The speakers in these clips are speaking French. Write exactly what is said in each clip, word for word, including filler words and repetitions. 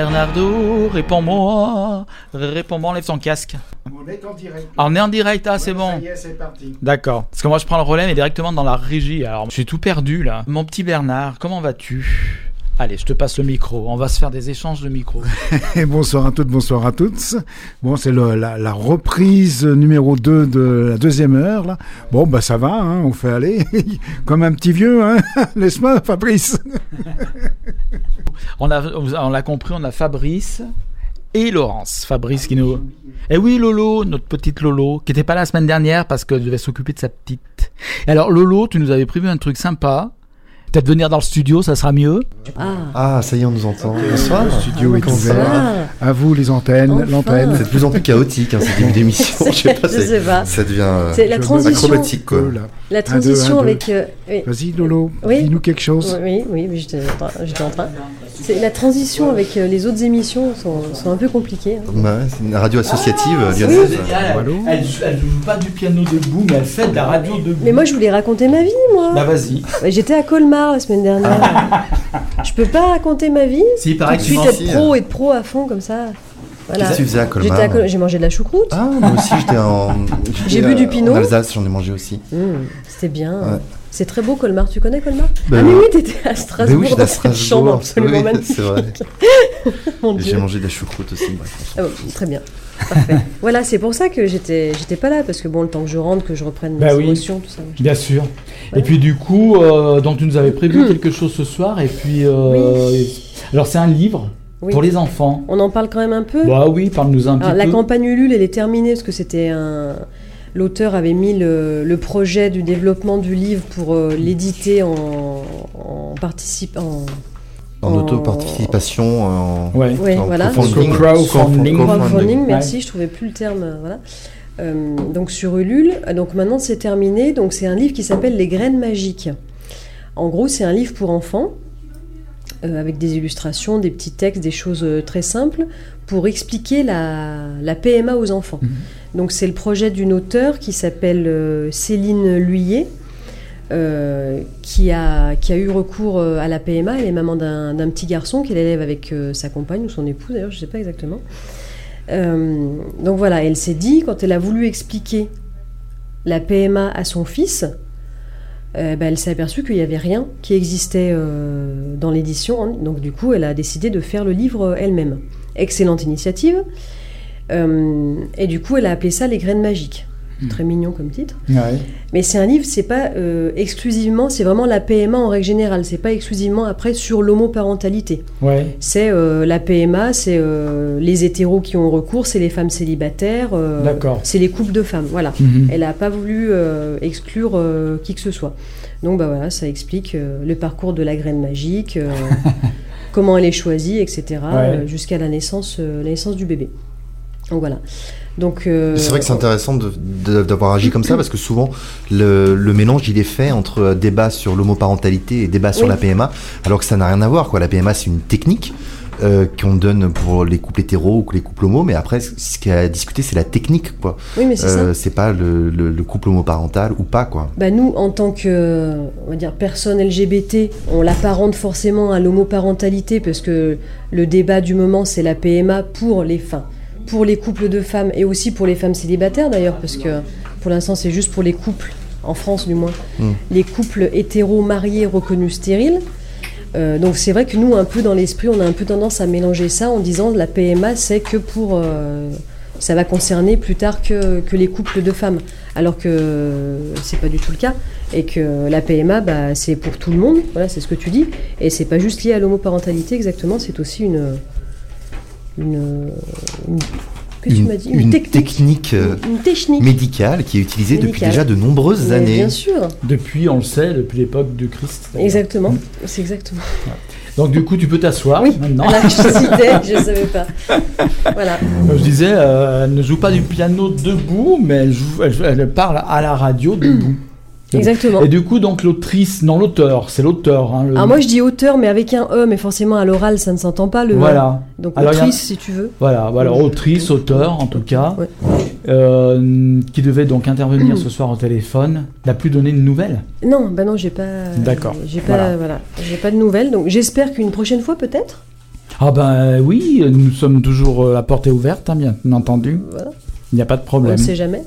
Bernardo, réponds-moi, réponds-moi, enlève ton casque. On est en direct. Ah, on est en direct, ah, c'est Ouais, bon. Ça y est, c'est parti. D'accord, parce que moi je prends le relais mais directement dans la régie, alors je suis tout perdu là. Mon petit Bernard, comment vas-tu ? Allez, je te passe le micro, on va se faire des échanges de micros. Et bonsoir à toutes, bonsoir à toutes. Bon, c'est le, la, la reprise numéro deux de la deuxième heure, là. Bon, bah ça va, hein, on fait aller, comme un petit vieux, hein. Laisse-moi, Fabrice. On a, on l'a compris, on a Fabrice et Laurence. Fabrice qui nous... Eh oui, Lolo, notre petite Lolo, qui n'était pas là la semaine dernière parce qu'elle devait s'occuper de sa petite. Et alors, Lolo, tu nous avais prévu un truc sympa. Peut-être venir dans le studio, ça sera mieux. Ah, Ah, ça y est, on nous entend. Bonsoir. Le studio est bonsoir. ouvert. À vous, les antennes, Enfin. l'antenne. C'est de plus en plus chaotique, hein, ce début d'émission. Je sais pas, Je c'est- sais pas. ça devient euh, C'est la Je me- transition. acrobatique, quoi. Deux, là. La Un, deux, transition un, deux. avec. euh, oui. Vas-y, Lolo, Oui. dis-nous quelque chose. Oui, oui, oui, j'étais en train. J'étais en train. C'est, la transition avec euh, les autres émissions sont, sont un peu compliquées. hein. Bah ouais, c'est une radio associative Ah, euh, lyonnaise. Allô Elle, elle joue pas du piano debout, mais elle fait de la radio debout. Mais moi, je voulais raconter ma vie, moi. Bah vas-y. Ouais, J'étais à Colmar la semaine dernière. Je peux pas raconter ma vie. Si, Tout pareil, de tu suite m'en- être si, pro euh. et de pro à fond comme ça. Voilà. Qu'est-ce que tu faisais à Colmar J'étais à Col- J'ai mangé de la choucroute. Ah, moi aussi, j'étais en. j'étais, J'ai bu euh, du Pinot. En Alsace, j'en ai mangé aussi. Mmh, c'était bien. Ouais. C'est très beau Colmar. Tu connais Colmar Bah, Ah mais oui. oui, t'étais à Mais Strasbourg oui, j'étais dans à cette chambre Strasbourg. absolument Oui, magnifique. c'est vrai. Mon Et Dieu. j'ai mangé de la choucroute aussi. Bref. Ah bon, très bien. Parfait. Voilà, c'est pour ça que j'étais, j'étais pas là, parce que bon, le temps que je rentre, que je reprenne mes Bah oui. émotions, tout ça. Bien sûr. Ouais. Et puis du coup, euh, donc tu nous avais prévu quelque chose ce soir. Et puis, euh, alors c'est un livre Oui. pour les enfants. On en parle quand même un peu. Bah oui, parle-nous un petit Alors, la peu. campagne Ulule, elle est terminée, parce que c'était un... L'auteur avait mis le, le projet du développement du livre pour euh, l'éditer en, en participant. En En- auto-participation, en. Ouais. Ouais, en voilà. crowdfunding. Crowdfunding. Crowdfunding, Ouais. merci, je trouvais plus le terme. euh, Voilà. Euh, donc sur Ulule, donc maintenant c'est terminé. Donc c'est un livre qui s'appelle Les graines magiques. En gros, c'est un livre pour enfants euh, avec des illustrations, des petits textes, des choses euh, très simples pour expliquer la, la P M A aux enfants. Mhm. Donc c'est le projet d'une auteure qui s'appelle euh, Céline Luyet. Euh, qui, a, qui a eu recours euh, à la P M A. Elle est maman d'un, d'un petit garçon qu'elle élève avec euh, sa compagne ou son époux d'ailleurs, je ne sais pas exactement. Euh, donc voilà, elle s'est dit, quand elle a voulu expliquer la P M A à son fils, euh, ben, elle s'est aperçue qu'il n'y avait rien qui existait euh, dans l'édition. hein. Donc du coup, elle a décidé de faire le livre elle-même. Excellente initiative. Euh, et du coup, elle a appelé ça Les graines magiques. Très mignon comme titre. Ouais. Mais c'est un livre, c'est pas euh, exclusivement, c'est vraiment la P M A en règle générale. C'est pas exclusivement après sur l'homoparentalité. Ouais. C'est euh, la P M A, c'est euh, les hétéros qui ont recours, c'est les femmes célibataires, euh, D'accord. c'est les couples de femmes. Voilà. Mhm. Elle n'a pas voulu euh, exclure euh, qui que ce soit. Donc bah voilà, ça explique euh, le parcours de la graine magique, euh, comment elle est choisie, et cetera, Ouais. euh, jusqu'à la naissance, euh, la naissance du bébé. Donc voilà. Donc, euh, C'est vrai que c'est intéressant de- de- d'avoir agi comme ça parce que souvent le, le mélange il est fait entre euh, débat sur l'homoparentalité et débat sur Oui. la P M A alors que ça n'a rien à voir quoi. La P M A c'est une technique euh, qu'on donne pour les couples hétéros ou les couples homo mais après ce qu'il y a à discuter c'est la technique quoi. Oui, mais c'est ça. Euh, c'est pas le, le- le couple homoparental ou pas quoi. Bah nous, en tant que on va dire, personne L G B T, on l'apparente forcément à l'homoparentalité parce que le débat du moment, c'est la P M A pour les fins, pour les couples de femmes et aussi pour les femmes célibataires d'ailleurs, parce que pour l'instant, c'est juste pour les couples, en France du moins, Mm. les couples hétéros mariés reconnus stériles. Euh, donc c'est vrai que nous, un peu dans l'esprit, on a un peu tendance à mélanger ça en disant la P M A, c'est que pour... euh, ça va concerner plus tard que, que les couples de femmes. Alors que c'est pas du tout le cas. Et que la P M A, bah, c'est pour tout le monde. Voilà, c'est ce que tu dis. Et c'est pas juste lié à l'homoparentalité exactement, c'est aussi une... Une... une qu'est-ce que tu m'as dit une technique, euh, Une, une technique. médicale qui est utilisée depuis Médicale. déjà de nombreuses Mais années. Bien sûr. Depuis, on le sait, depuis l'époque du Christ. d'ailleurs. Exactement. Mm. C'est exactement. Donc du coup, tu peux t'asseoir Oui, maintenant. voilà, je citais, je savais pas. Voilà. Comme je disais, euh, elle ne joue pas du piano debout, mais elle, joue, elle, elle parle à la radio debout. Exactement. Et du coup, donc l'autrice, non l'auteur, c'est l'auteur. Hein, le- Alors moi je dis auteur mais avec un E, mais forcément à l'oral ça ne s'entend pas le Voilà. E. Donc Alors, il y a- autrice si tu veux. Voilà, voilà, autrice, auteur en tout cas, Ouais. euh, qui devait donc intervenir ce soir au téléphone, n'a plus donné de nouvelles. Non, bah non, j'ai pas. D'accord. J'ai pas, Voilà. voilà. J'ai pas de nouvelles. Donc j'espère qu'une prochaine fois peut-être. Ah ben oui, nous sommes toujours euh, la porte est ouverte, hein, bien entendu. Voilà. Il n'y a pas de On problème. ne sait jamais.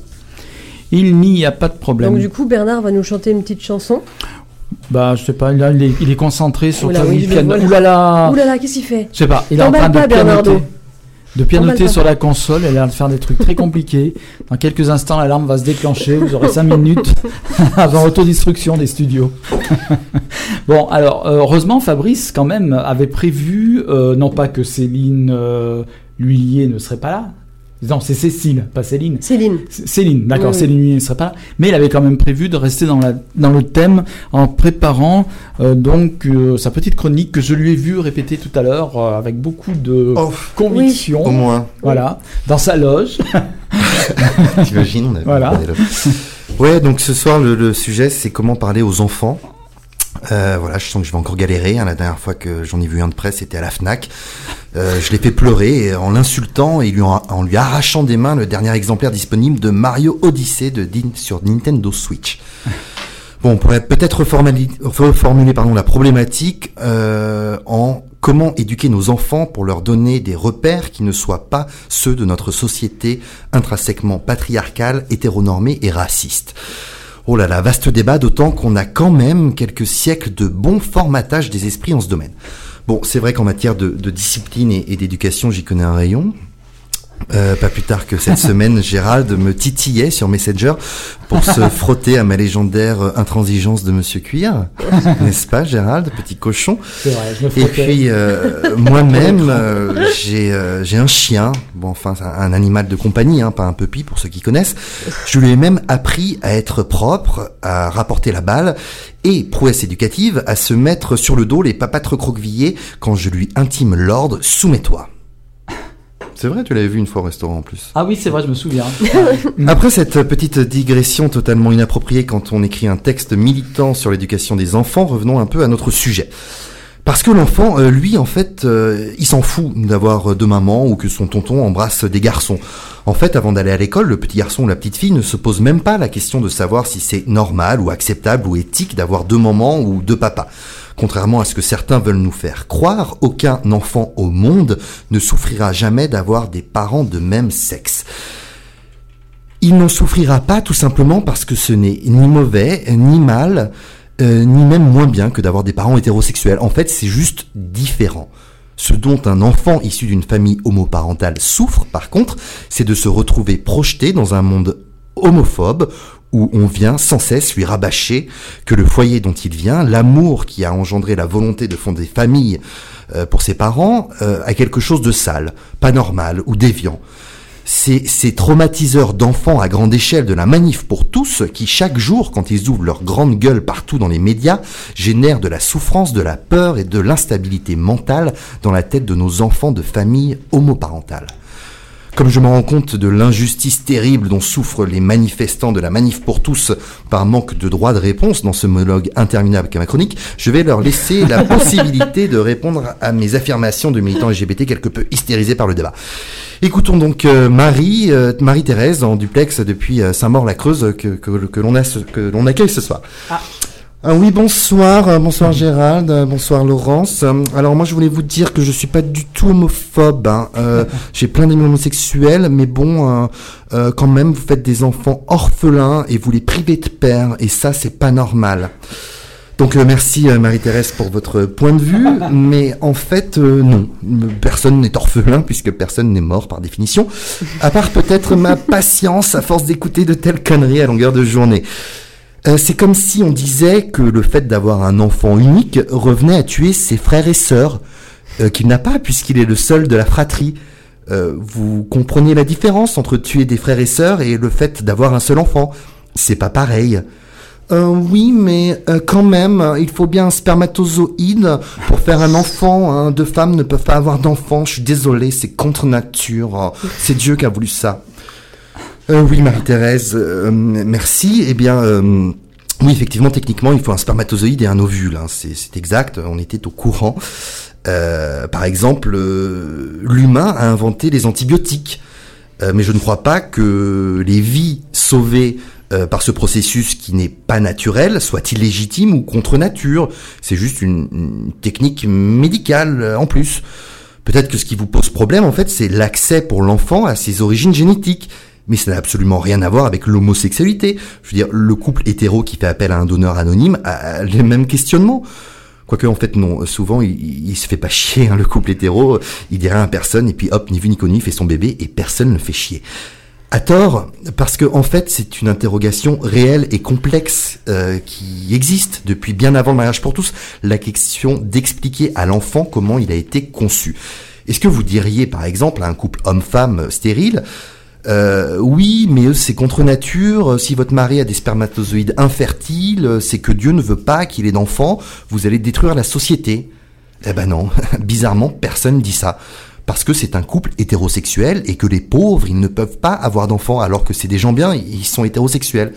Il n'y a pas de problème. Donc du coup, Bernard va nous chanter une petite chanson. Bah, je sais pas, là, il est, il est concentré sur Oula, sa oui, je le piano. vois là. Ouh là là. Ouh là là, qu'est-ce qu'il fait? Je sais pas, il est en T'emballes train de pas, Bernardo. pianoter. De pianoter T'emballes pas. sur la console, elle a l'air de faire des trucs très compliqués. Dans quelques instants, l'alarme va se déclencher. Vous aurez cinq minutes avant autodestruction des studios. Bon, alors, euh, heureusement, Fabrice, quand même, avait prévu, euh, non pas que Céline euh, Lhuillier ne serait pas là. Non, c'est Cécile, pas Céline. Céline. C- Céline, d'accord, Oui, oui. Céline Lhuillier ne serait pas là. Mais il avait quand même prévu de rester dans, la, dans le thème en préparant euh, donc euh, sa petite chronique que je lui ai vue répéter tout à l'heure euh, avec beaucoup de Oh, conviction. au moins. Voilà, dans sa loge. T'imagines, on avait Voilà. parlé là. Ouais, donc ce soir, le, le sujet, c'est comment parler aux enfants. Euh, voilà, je sens que je vais encore galérer. Hein. La dernière fois que j'en ai vu un de près, c'était à la Fnac. Euh, je l'ai fait pleurer en l'insultant et lui en, en lui arrachant des mains le dernier exemplaire disponible de Mario Odyssey de, Din- sur Nintendo Switch. Bon, on pourrait peut-être reformali- reformuler pardon, la problématique euh, en comment éduquer nos enfants pour leur donner des repères qui ne soient pas ceux de notre société intrinsèquement patriarcale, hétéronormée et raciste. Oh là là, vaste débat, d'autant qu'on a quand même quelques siècles de bon formatage des esprits en ce domaine. Bon, c'est vrai qu'en matière de, de discipline et, et d'éducation, j'y connais un rayon. Euh, pas plus tard que cette semaine, Gérald me titillait sur Messenger pour se frotter à ma légendaire intransigeance de Monsieur Cuir. N'est-ce pas, Gérald, petit cochon? C'est vrai, je me Et frottais. puis, euh, moi-même, euh, j'ai euh, j'ai un chien, bon, enfin, c'est un, un animal de compagnie, hein, pas un puppy pour ceux qui connaissent. Je lui ai même appris à être propre, à rapporter la balle, et, prouesse éducative, à se mettre sur le dos les papates recroquevillées quand je lui intime l'ordre « soumets-toi ». C'est vrai, tu l'avais vu une fois au restaurant en plus. Ah oui, c'est vrai, je me souviens. Après cette petite digression totalement inappropriée quand on écrit un texte militant sur l'éducation des enfants, revenons un peu à notre sujet. Parce que l'enfant, euh, lui, en fait, euh, il s'en fout d'avoir deux mamans ou que son tonton embrasse des garçons. En fait, avant d'aller à l'école, le petit garçon ou la petite fille ne se pose même pas la question de savoir si c'est normal ou acceptable ou éthique d'avoir deux mamans ou deux papas. Contrairement à ce que certains veulent nous faire croire, aucun enfant au monde ne souffrira jamais d'avoir des parents de même sexe. Il n'en souffrira pas tout simplement parce que ce n'est ni mauvais, ni mal, euh, ni même moins bien que d'avoir des parents hétérosexuels. En fait, c'est juste différent. Ce dont un enfant issu d'une famille homoparentale souffre, par contre, c'est de se retrouver projeté dans un monde homophobe où on vient sans cesse lui rabâcher que le foyer dont il vient, l'amour qui a engendré la volonté de fonder famille euh, pour ses parents, euh, a quelque chose de sale, pas normal ou déviant. C'est ces traumatiseurs d'enfants à grande échelle de la manif pour tous qui, chaque jour, quand ils ouvrent leur grande gueule partout dans les médias, génèrent de la souffrance, de la peur et de l'instabilité mentale dans la tête de nos enfants de familles homoparentales. Comme je me rends compte de l'injustice terrible dont souffrent les manifestants de la manif pour tous par manque de droit de réponse dans ce monologue interminable qu'est ma chronique, je vais leur laisser la possibilité de répondre à mes affirmations de militants L G B T quelque peu hystérisés par le débat. Écoutons donc euh, Marie, euh, Marie-Thérèse en duplex depuis euh, Saint-Maur-la-Creuse que, que, que l'on a ce, que l'on accueille ce soir. Ah. Ah oui, bonsoir, euh, bonsoir Gérald, euh, bonsoir Laurence. Euh, alors moi je voulais vous dire que je suis pas du tout homophobe, hein. euh, j'ai plein d'amis homosexuels, mais bon, euh, euh, quand même vous faites des enfants orphelins et vous les privez de père, et ça c'est pas normal. Donc euh, merci euh, Marie-Thérèse pour votre point de vue, mais en fait euh, non, personne n'est orphelin puisque personne n'est mort par définition, à part peut-être ma patience à force d'écouter de telles conneries à longueur de journée. Euh, c'est comme si on disait que le fait d'avoir un enfant unique revenait à tuer ses frères et sœurs, euh, qu'il n'a pas puisqu'il est le seul de la fratrie. Euh, vous comprenez la différence entre tuer des frères et sœurs et le fait d'avoir un seul enfant? C'est pas pareil. Euh, oui, mais euh, quand même, il faut bien un spermatozoïde pour faire un enfant. Hein. Deux femmes ne peuvent pas avoir d'enfants. Je suis désolé, c'est contre nature. C'est Dieu qui a voulu ça. Euh, oui, Marie-Thérèse, euh, merci. Eh bien, euh, oui, effectivement, techniquement, il faut un spermatozoïde et un ovule. Hein. C'est, c'est exact, on était au courant. Euh, par exemple, euh, l'humain a inventé les antibiotiques. Euh, mais je ne crois pas que les vies sauvées euh, par ce processus qui n'est pas naturel soit illégitime ou contre nature. C'est juste une, une technique médicale euh, en plus. Peut-être que ce qui vous pose problème, en fait, c'est l'accès pour l'enfant à ses origines génétiques. Mais ça n'a absolument rien à voir avec l'homosexualité. Je veux dire, le couple hétéro qui fait appel à un donneur anonyme a les mêmes questionnements. Quoique, en fait, non. Souvent, il, il se fait pas chier, hein, le couple hétéro. Il dit rien à personne, et puis hop, ni vu ni connu, il fait son bébé, et personne ne le fait chier. À tort, parce que, en fait, c'est une interrogation réelle et complexe, euh, qui existe depuis bien avant le mariage pour tous. La question d'expliquer à l'enfant comment il a été conçu. Est-ce que vous diriez, par exemple, à un couple homme-femme stérile, Euh, oui, mais c'est contre nature. Si votre mari a des spermatozoïdes infertiles, c'est que Dieu ne veut pas qu'il ait d'enfants. Vous allez détruire la société. Eh ben non, bizarrement, personne dit ça. Parce que c'est un couple hétérosexuel et que les pauvres, ils ne peuvent pas avoir d'enfants alors que c'est des gens bien, ils sont hétérosexuels.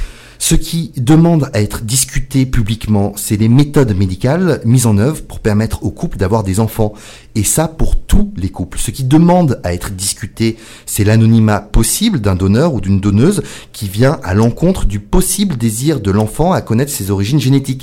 Ce qui demande à être discuté publiquement, c'est les méthodes médicales mises en œuvre pour permettre aux couples d'avoir des enfants. Et ça pour tous les couples. Ce qui demande à être discuté, c'est l'anonymat possible d'un donneur ou d'une donneuse qui vient à l'encontre du possible désir de l'enfant à connaître ses origines génétiques.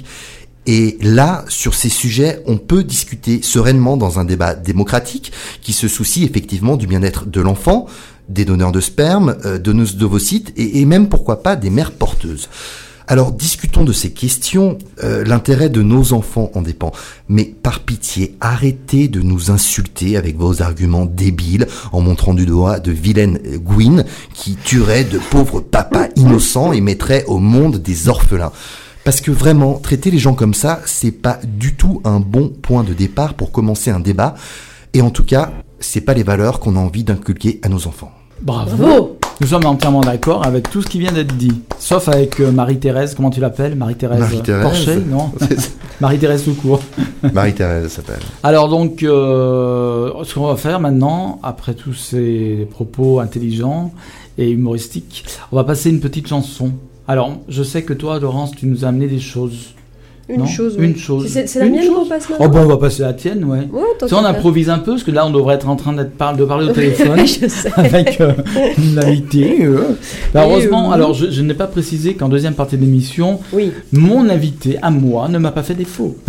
Et là, sur ces sujets, on peut discuter sereinement dans un débat démocratique qui se soucie effectivement du bien-être de l'enfant, des donneurs de sperme, euh, donneuses d'ovocytes et, et même, pourquoi pas, des mères porteuses. Alors, discutons de ces questions. Euh, l'intérêt de nos enfants en dépend. Mais par pitié, arrêtez de nous insulter avec vos arguments débiles en montrant du doigt de vilaines gouines qui tueraient de pauvres papas innocents et mettraient au monde des orphelins. Parce que vraiment, traiter les gens comme ça, c'est pas du tout un bon point de départ pour commencer un débat. Et en tout cas, c'est pas les valeurs qu'on a envie d'inculquer à nos enfants. Bravo. Bravo. Nous sommes entièrement d'accord avec tout ce qui vient d'être dit. Sauf avec euh, Marie-Thérèse, comment tu l'appelles ? Marie-Thérèse, Marie-Thérèse. Porcher, non ? Marie-Thérèse tout court. Marie-Thérèse s'appelle. Alors donc, euh, ce qu'on va faire maintenant, après tous ces propos intelligents et humoristiques, on va passer une petite chanson. Alors, je sais que toi, Laurence, tu nous as amené des choses. Une Non chose. Une oui. chose. C'est, c'est la Une mienne chose. qu'on passe maintenant. Oh bon, on va passer à la tienne, ouais. Ouais, tant Si on qu'à faire. improvise un peu, parce que là, on devrait être en train d'être par- de parler au téléphone Je sais. avec euh, une invitée. euh. Bah, Et, heureusement, euh, alors je, je n'ai pas précisé qu'en deuxième partie de l'émission, Oui. mon invité à moi ne m'a pas fait défaut.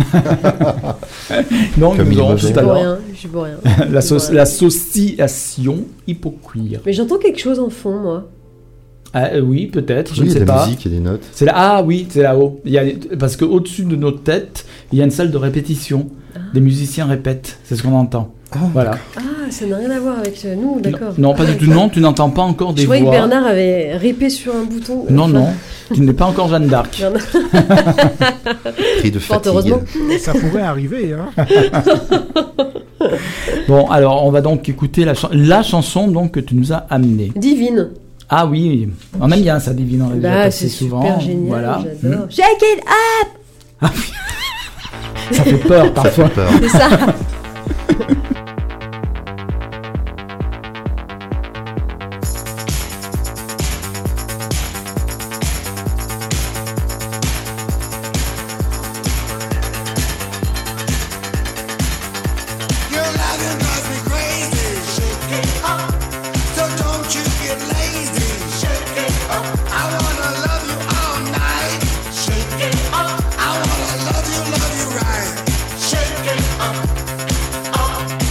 Donc, Comme nous il aurons me tout fait. à Pour l'heure rien. Je suis pour rien. la, Je suis pour so- rien. l'association Hypoqueer. Mais j'entends quelque chose en fond, moi. Ah, euh, oui, peut-être, je Oui, ne il y a sais de la pas. musique et des notes. C'est là, ah oui, c'est là-haut. Il y a, parce qu'au-dessus de nos têtes, il y a une salle de répétition. Des musiciens répètent, c'est ce qu'on entend. voilà. Ah, ça n'a rien à voir avec euh, nous, d'accord. Non, non, pas Ah, du tout. d'accord. Non, tu n'entends pas encore des Je voyais que voix. Bernard avait répé sur un bouton. Non, Enfin, non, tu n'es pas encore Jeanne d'Arc. Bernard- Pris de Fort fatigue. heureusement. Ça pourrait arriver, hein. Bon, alors on va donc écouter la, chan- la chanson donc que tu nous as amenée. Divine. Ah oui, on aime bien ça, Divine. On l'a déjà Bah, passé c'est souvent. super génial. Voilà. J'adore. Shake it up. Ça fait peur Ça parfois. fait peur. C'est ça. Your loving drives me crazy. Shake it up. So don't you get lazy. Shake it up. I wanna love you all night. Shake it up. I wanna love you, love you right. Shake it up. Up,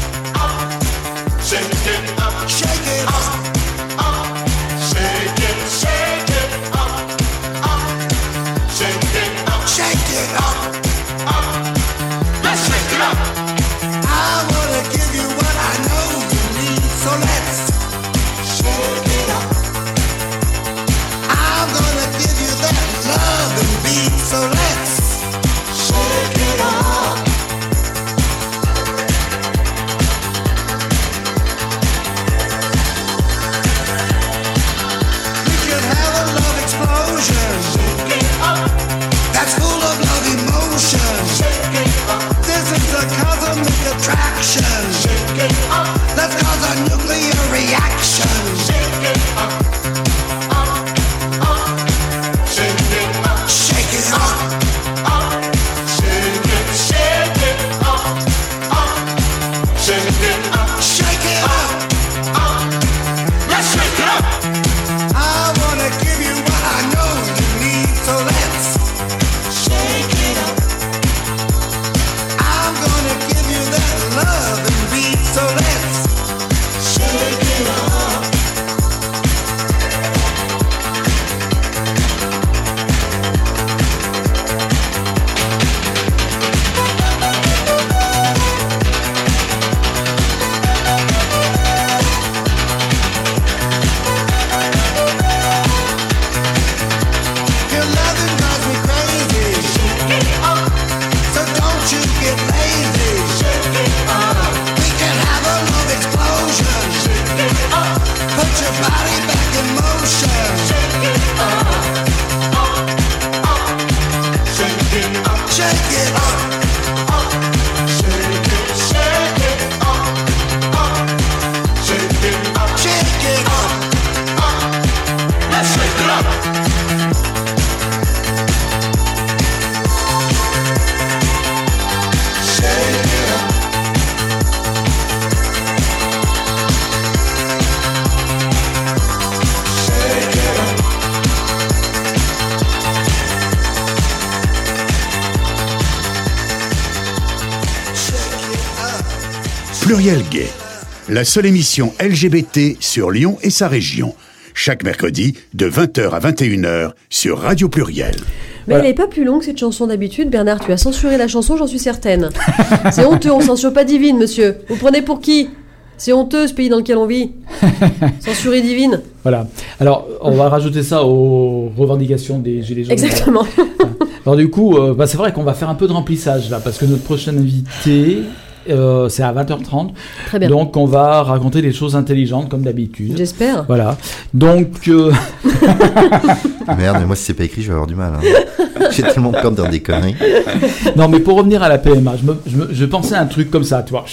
Pluriel Gay, la seule émission L G B T sur Lyon et sa région. Chaque mercredi, de vingt heures à vingt et une heures, sur Radio Pluriel. Mais voilà. Elle n'est pas plus longue, cette chanson d'habitude. Bernard, tu as censuré la chanson, j'en suis certaine. C'est honteux, on censure pas Divine, monsieur. Vous prenez pour qui ? C'est honteux, ce pays dans lequel on vit. Censurer Divine. Voilà. Alors, on va rajouter ça aux revendications des Gilets jaunes. Exactement. Alors du coup, euh, bah, c'est vrai qu'on va faire un peu de remplissage, là, parce que notre prochaine invité... Euh, c'est à vingt heures trente. Très bien. Donc on va raconter des choses intelligentes comme d'habitude. J'espère. Voilà. Donc euh... merde, mais moi si c'est pas écrit, je vais avoir du mal. Hein. J'ai tellement peur de dire des conneries. Non, mais pour revenir à la P M A, je, me, je, me, je pensais à un truc comme ça, tu vois.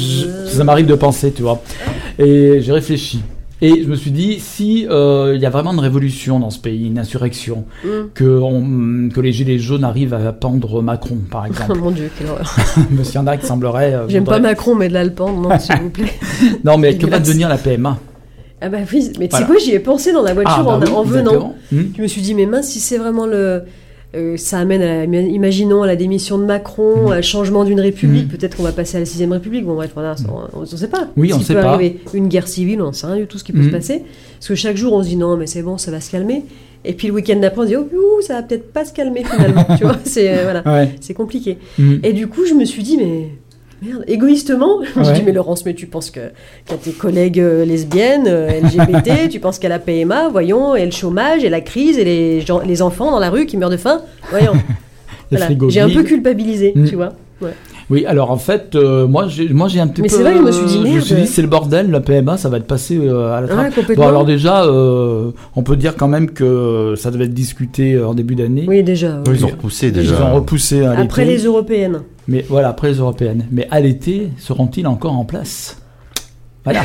Ça m'arrive de penser, tu vois. Et j'ai réfléchi. Et je me suis dit, si euh, il y a vraiment une révolution dans ce pays, une insurrection, mm. que, on, que les gilets jaunes arrivent à pendre Macron, par exemple. Oh mon Dieu, quelle horreur. Mais s'il y en a qui semblerait... Euh, J'aime voudrais... pas Macron, mais de là le pendre, non, s'il vous plaît. Non, mais que va devenir la P M A ? Ah bah oui, mais tu voilà. sais quoi, j'y ai pensé dans la voiture ah, bah en, oui, en venant. Mmh. Je me suis dit, mais mince, si c'est vraiment le... Euh, ça amène, à, imaginons, à la démission de Macron, mmh. à le changement d'une république, mmh. peut-être qu'on va passer à la sixième république, bon bref, voilà, on ne sait pas. Oui, on ne sait peut pas. Arriver une guerre civile, on ne sait rien du tout ce qui peut mmh. se passer, parce que chaque jour on se dit non mais c'est bon, ça va se calmer, et puis le week-end d'après on se dit oh ouh, ça va peut-être pas se calmer finalement, tu vois, c'est, euh, voilà, ouais. c'est compliqué. Mmh. Et du coup je me suis dit mais... Merde, égoïstement, je me ouais. dis mais Laurence, mais tu penses que qu'à tes collègues euh, lesbiennes, euh, L G B T, tu penses qu'à la P M A, voyons, et le chômage, et la crise, et les, gens, les enfants dans la rue qui meurent de faim, voyons. Voilà. J'ai un peu culpabilisé, mmh. tu vois. Ouais. Oui, alors en fait, euh, moi, j'ai, moi j'ai un petit mais peu... Mais c'est vrai, je me suis dit, merde. Je me suis dit, c'est le bordel, la P M A, ça va être passé euh, à la trappe. Ouais, complètement. Bon, alors déjà, euh, on peut dire quand même que ça devait être discuté en début d'année. Oui, déjà. Oui, ils ont repoussé déjà. Ils ont repoussé à l'été. Après les européennes. Mais voilà, après les européennes. Mais à l'été, seront-ils encore en place ? Voilà.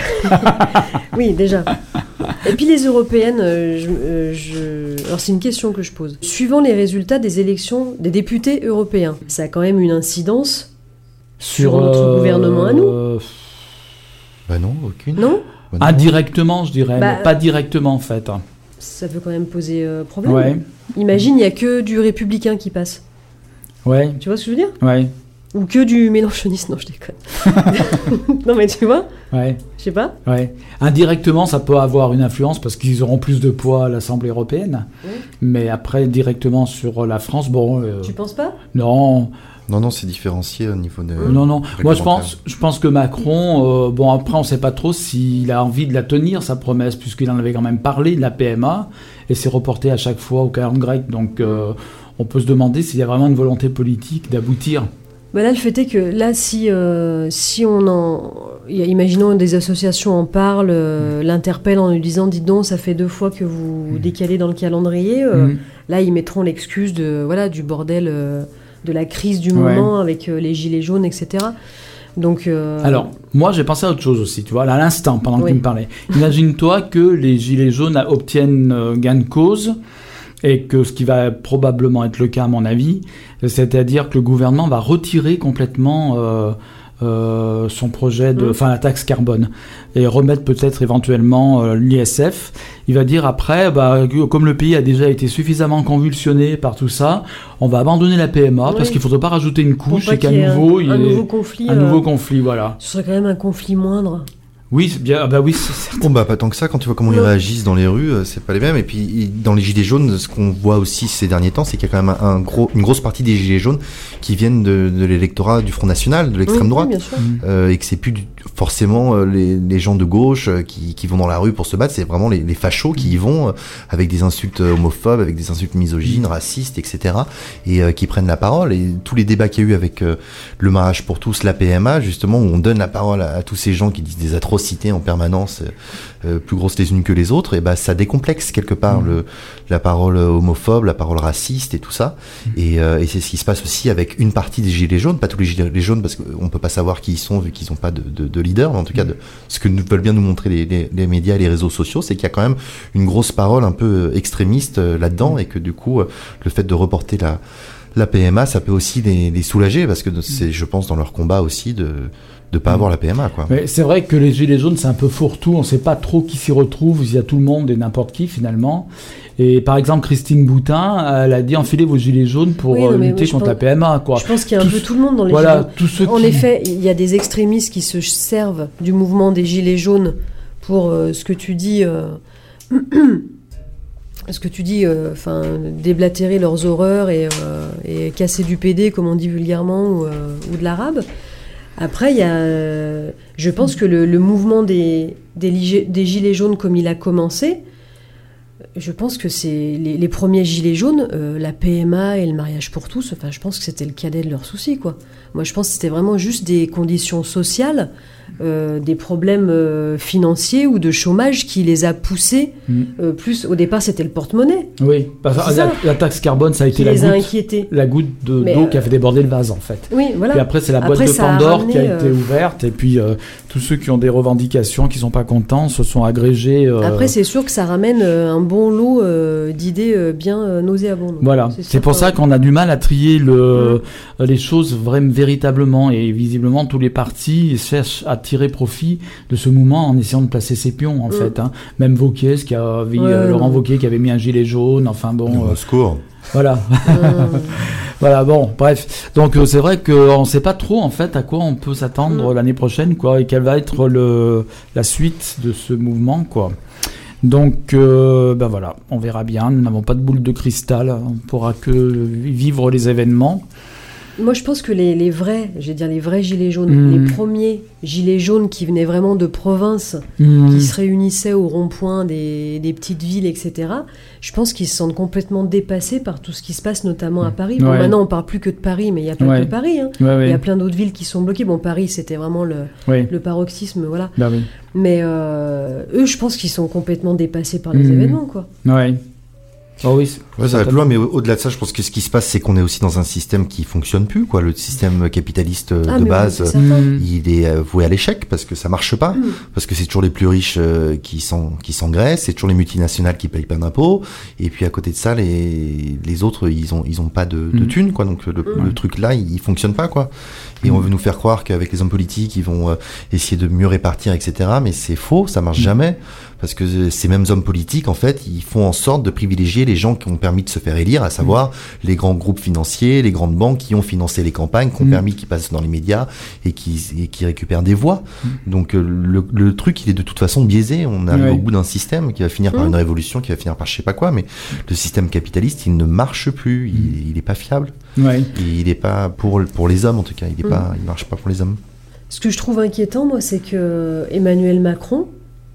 Oui, déjà. Et puis les européennes, euh, je, euh, je... alors c'est une question que je pose. Suivant les résultats des élections des députés européens, ça a quand même une incidence sur, sur notre euh... gouvernement à nous ? Bah non, aucune. Non ? bah non. Indirectement, je dirais, bah, mais pas directement en fait. Ça peut quand même poser euh, problème. Ouais. Imagine, il n'y a que du républicain qui passe. Ouais. Tu vois ce que je veux dire ? Ouais. Ou que du mélanchoniste, non je déconne. Non mais tu vois ? Ouais. Je sais pas. Ouais. Indirectement, ça peut avoir une influence parce qu'ils auront plus de poids à l'Assemblée européenne. Ouais. Mais après, directement sur la France, bon... Euh... Tu penses pas ? Non. Non, non, c'est différencié au niveau de... Non, non. Moi, je pense, je pense que Macron... Euh, bon, après, on ne sait pas trop s'il a envie de la tenir, sa promesse, puisqu'il en avait quand même parlé de la P M A, et c'est reporté à chaque fois au calendrier grec. Donc, euh, on peut se demander s'il y a vraiment une volonté politique d'aboutir. Bah là, le fait est que là, si, euh, si on en... Imaginons des associations en parlent, euh, mmh. l'interpellent en lui disant « Dites donc, ça fait deux fois que vous mmh. décalez dans le calendrier. Euh, » mmh. Là, ils mettront l'excuse de, voilà, du bordel, euh, de la crise du moment ouais. avec euh, les gilets jaunes, et cetera. Donc, euh... Alors, moi, j'ai pensé à autre chose aussi, tu vois, à l'instant, pendant que oui. tu me parlais. Imagine-toi que les gilets jaunes obtiennent euh, gain de cause... Et que ce qui va probablement être le cas à mon avis, c'est-à-dire que le gouvernement va retirer complètement euh, euh, son projet de, enfin mmh. la taxe carbone, et remettre peut-être éventuellement euh, l'I S F. Il va dire après, bah, comme le pays a déjà été suffisamment convulsionné par tout ça, on va abandonner la P M A oui. parce qu'il ne faudrait pas rajouter une couche et qu'à nouveau, il y ait un nouveau conflit. Un euh, nouveau conflit, voilà. Ce serait quand même un conflit moindre. Oui, c'est bien. Bah oui, c'est certain. Bon bah pas tant que ça. Quand tu vois comment ils réagissent dans les rues, c'est pas les mêmes. Et puis dans les gilets jaunes, ce qu'on voit aussi ces derniers temps, c'est qu'il y a quand même un, un gros, une grosse partie des gilets jaunes qui viennent de, de l'électorat du Front National, de l'extrême oui, droite, oui, bien sûr. Euh, et que c'est plus du, forcément euh, les, les gens de gauche euh, qui, qui vont dans la rue pour se battre. C'est vraiment les, les fachos qui y vont euh, avec des insultes homophobes, avec des insultes misogynes, racistes, et cetera. Et euh, qui prennent la parole. Et tous les débats qu'il y a eu avec euh, le mariage pour tous, la P M A, justement, où on donne la parole à, à tous ces gens qui disent des atrocités en permanence. Euh, plus grosses les unes que les autres, et bah ça décomplexe quelque part mmh. le, la parole homophobe, la parole raciste et tout ça. Mmh. Et, euh, et c'est ce qui se passe aussi avec une partie des gilets jaunes, pas tous les gilets jaunes parce qu'on peut pas savoir qui ils sont vu qu'ils n'ont pas de, de, de leader, mais en tout mmh. cas de, ce que nous veulent bien nous montrer les, les, les médias et les réseaux sociaux, c'est qu'il y a quand même une grosse parole un peu extrémiste euh, là-dedans mmh. et que du coup euh, le fait de reporter la, la P M A, ça peut aussi les, les soulager parce que c'est, je pense, dans leur combat aussi de de pas avoir la P M A, quoi. Mais c'est vrai que les gilets jaunes, c'est un peu fourre-tout, on sait pas trop qui s'y retrouve, il y a tout le monde et n'importe qui finalement, Et par exemple, Christine Boutin, elle a dit enfilez vos gilets jaunes pour Oui, non, euh, mais lutter oui, je contre pense- la P M A, quoi. Je pense qu'il y a un Tous- peu tout le monde dans les Voilà, gilets tous ceux En qui... effet, il y a des extrémistes qui se servent du mouvement des gilets jaunes pour euh, ce que tu dis, euh, ce que tu dis, euh, enfin, déblatérer leurs horreurs et, euh, et casser du P D, comme on dit vulgairement, ou, euh, ou de l'arabe. Après, il y a, euh, je pense que le, le mouvement des, des, lige- des gilets jaunes, comme il a commencé, je pense que c'est les, les premiers gilets jaunes, euh, la P M A et le mariage pour tous, enfin, je pense que c'était le cadet de leurs soucis, quoi. Moi, je pense que c'était vraiment juste des conditions sociales, euh, des problèmes euh, financiers ou de chômage qui les a poussés. Mm. euh, plus, au départ, c'était le porte-monnaie Oui, parce que C'est la, ça. la taxe carbone, ça a qui été la les a goutte, inquiétés. la goutte de- Mais, d'eau euh, qui a fait déborder le vase, en fait. Oui, voilà. Puis après, c'est la boîte Après, de ça a Pandore ramené, qui a été euh, ouverte, et puis euh, tous ceux qui ont des revendications, qui sont pas contents, se sont agrégés. euh, Après, c'est sûr que ça ramène euh, un bon lot euh, d'idées euh, bien euh, nauséabondes. Voilà, c'est sûr pour que- ça qu'on a du mal à trier le, les choses vraiment véritablement, et visiblement tous les partis cherchent à tirer profit de ce mouvement en essayant de placer ses pions en Mm. fait. Hein. Même Wauquiez, qui avait, Ouais, euh, Laurent non. Wauquiez qui avait mis un gilet jaune, enfin bon, Au euh, secours. voilà. Euh, Voilà, bon, bref. Donc euh, c'est vrai qu'on ne sait pas trop en fait à quoi on peut s'attendre Mm. l'année prochaine, quoi, et quelle va être le, la suite de ce mouvement, quoi. Donc, euh, ben voilà, on verra bien. Nous n'avons pas de boule de cristal, on pourra que vivre les événements. Moi, je pense que les, les vrais, je vais dire les vrais gilets jaunes, Mm. les premiers gilets jaunes qui venaient vraiment de province, Mmh. qui se réunissaient au rond-point des, des petites villes, et cetera, je pense qu'ils se sentent complètement dépassés par tout ce qui se passe, notamment à Paris. Bon, Ouais. maintenant, on parle plus que de Paris, mais il n'y a pas Ouais. que Paris. Hein. Ouais, Il ouais, y a plein d'autres villes qui sont bloquées. Bon, Paris, c'était vraiment le, ouais. le paroxysme, voilà. Bah oui. Mais euh, eux, je pense qu'ils sont complètement dépassés par les Mm. événements, quoi. Ouais. Oh oui. c'est- Ouais, ça va plus loin, mais au- au-delà de ça, je pense que ce qui se passe, c'est qu'on est aussi dans un système qui fonctionne plus, quoi. Le système capitaliste euh, Ah, de mais base, oui, c'est certain. Mmh. il est euh, voué à l'échec parce que ça marche pas, Mm. parce que c'est toujours les plus riches euh, qui s'en qui s'engraissent, c'est toujours les multinationales qui payent pas d'impôts, et puis à côté de ça, les les autres, ils ont ils ont pas de, de Mm. thunes, quoi. Donc le, Mm. le truc là, il, il fonctionne pas, quoi. Et on veut nous faire croire qu'avec les hommes politiques, ils vont euh, essayer de mieux répartir, et cetera. Mais c'est faux, ça marche Mm. jamais. Parce que euh, ces mêmes hommes politiques, en fait, ils font en sorte de privilégier les gens qui ont permis de se faire élire, à savoir les grands groupes financiers, les grandes banques qui ont financé les campagnes, qui ont Mm. permis qu'ils passent dans les médias et qui, et qui récupèrent des voix. Donc euh, le, le truc, il est de toute façon biaisé. On arrive Ouais. au bout d'un système qui va finir par Mm. une révolution, qui va finir par je sais pas quoi, mais le système capitaliste, il ne marche plus. Il, il est pas fiable. Ouais. Et il est pas pour, pour les hommes, en tout cas. Il est Mm. pas, il marche pas pour les hommes. Ce que je trouve inquiétant, moi, c'est que Emmanuel Macron,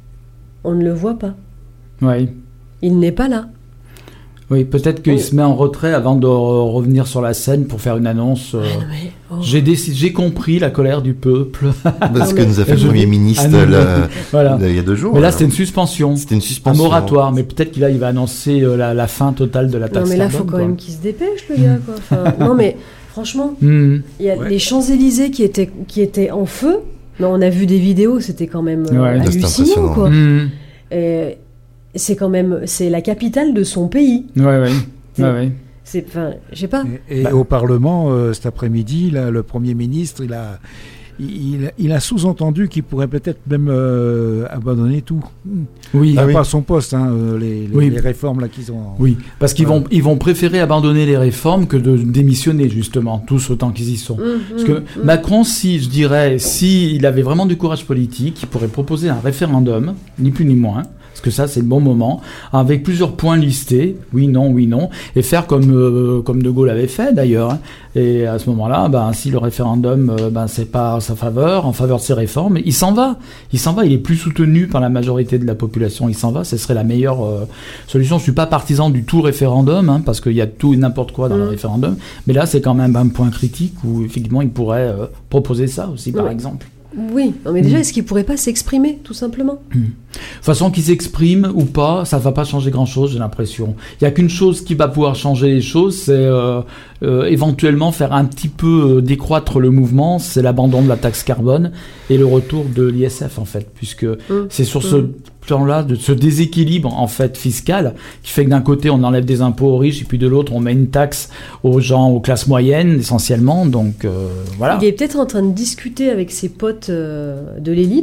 on ne le voit pas. Ouais. Il n'est pas là. Oui, peut-être qu'il Oh. se met en retrait avant de re- revenir sur la scène pour faire une annonce. euh, Ah, non, mais, oh. J'ai décidé, j'ai compris la colère du peuple. Parce Non, que mais- nous a fait le Je- Premier ministre Ah, non, là, voilà. il y a deux jours. Mais là, là. c'était une suspension. C'était une Un suspension. moratoire, mais peut-être qu'il là, il va annoncer euh, la, la fin totale de la Non, taxe mais là, il carbone, faut quand quoi. même qu'il se dépêche, le gars. Quoi. Enfin, non, mais franchement, Hmm. il y a Ouais. les Champs-Élysées qui étaient, qui étaient en feu. Non, on a vu des vidéos, c'était quand même euh, Ouais. C'était hallucinant. impressionnant. Quoi. Hmm. Et c'est quand même, c'est la capitale de son pays. Ouais, ouais. C'est- Ouais, ouais. C'est, enfin, je sais pas. Et, et Bah. au Parlement, euh, cet après-midi, là, le Premier ministre, il a, il, il a sous-entendu qu'il pourrait peut-être même euh, abandonner tout. Oui, Ah, oui. Pas son poste, hein, euh, les, les, Oui. les réformes là qu'ils ont. oui, parce qu'ils Voilà. vont, ils vont préférer abandonner les réformes que de démissionner, justement, tous autant qu'ils y sont. Hum, Parce que hum, hum. Macron, si je dirais, si il avait vraiment du courage politique, il pourrait proposer un référendum, ni plus ni moins, parce que ça c'est le bon moment, avec plusieurs points listés, oui, non, oui, non, et faire comme euh, comme De Gaulle avait fait d'ailleurs. Hein. Et à ce moment-là, ben si le référendum, euh, ben c'est pas à sa faveur, en faveur de ces réformes, il s'en va, il s'en va, il est plus soutenu par la majorité de la population, il s'en va, ce serait la meilleure euh, solution. Je suis pas partisan du tout référendum, hein, parce qu'il y a tout et n'importe quoi dans le Mhm. référendum, mais là c'est quand même un point critique où effectivement il pourrait euh, proposer ça aussi, par Ouais. exemple. Oui, non, mais déjà, Mm. est-ce qu'il pourrait pas s'exprimer, tout simplement? De toute façon, qu'ils s'expriment ou pas, ça va pas changer grand-chose, j'ai l'impression. Il y a qu'une chose qui va pouvoir changer les choses, c'est euh, euh, éventuellement faire un petit peu euh, décroître le mouvement, c'est l'abandon de la taxe carbone et le retour de l'I S F, en fait, puisque Mm. c'est sur ce Mm. plan-là, de ce déséquilibre, en fait, fiscal, qui fait que d'un côté, on enlève des impôts aux riches, et puis de l'autre, on met une taxe aux gens, aux classes moyennes, essentiellement, donc euh, voilà. Il est peut-être en train de discuter avec ses potes euh, de l'élite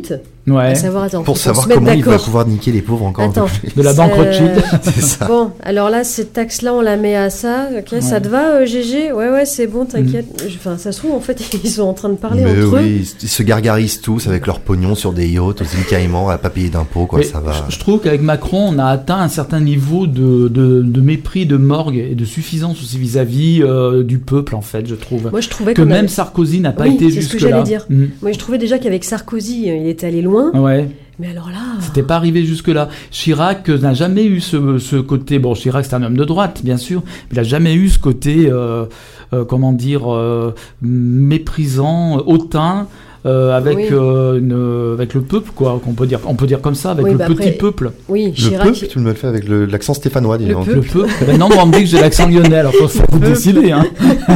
Ouais. À savoir, attends, Pour faut qu'on savoir se mette comment il va d'accord. pouvoir niquer les pauvres encore Attends. un peu plus. De la banque Euh, Rothschild. C'est ça. Bon, alors là, cette taxe-là, on la met à ça. Ok, Ouais. ça te va, euh, G G? Ouais, ouais, c'est bon, t'inquiète. Enfin, ça se trouve, en fait, ils sont en train de parler Mais entre eux. oui, ils se gargarisent tous avec leur pognon sur des yachts aux îles Caïmans à pas payer d'impôts, quoi, Mais ça va. Je, je trouve qu'avec Macron, on a atteint un certain niveau de, de, de mépris, de morgue et de suffisance aussi vis-à-vis euh, du peuple, en fait, je trouve. Moi, je trouvais que qu'on même avait- Sarkozy n'a pas Oui, été c'est ce que jusque-là. j'allais dire. Mm. Moi, je trouvais déjà qu'avec Sarkozy, euh, il était allé loin. Ouais. Mais alors là. C'était pas arrivé jusque-là. Chirac euh, n'a jamais eu ce, ce côté. Bon, Chirac, c'est un homme de droite, bien sûr, mais il n'a jamais eu ce côté, euh, euh, comment dire, euh, méprisant, hautain. Euh, avec Oui. euh, une, avec le peuple, quoi, qu'on peut dire, on peut dire comme ça, avec Oui, le bah petit après- peuple. Oui, Le Chirac. peuple, tu me le fais avec le- l'accent stéphanois, dis Le donc. peuple. Le peuple. Maintenant, on me dit que j'ai l'accent lyonnais, alors faut, faut vous décider, hein.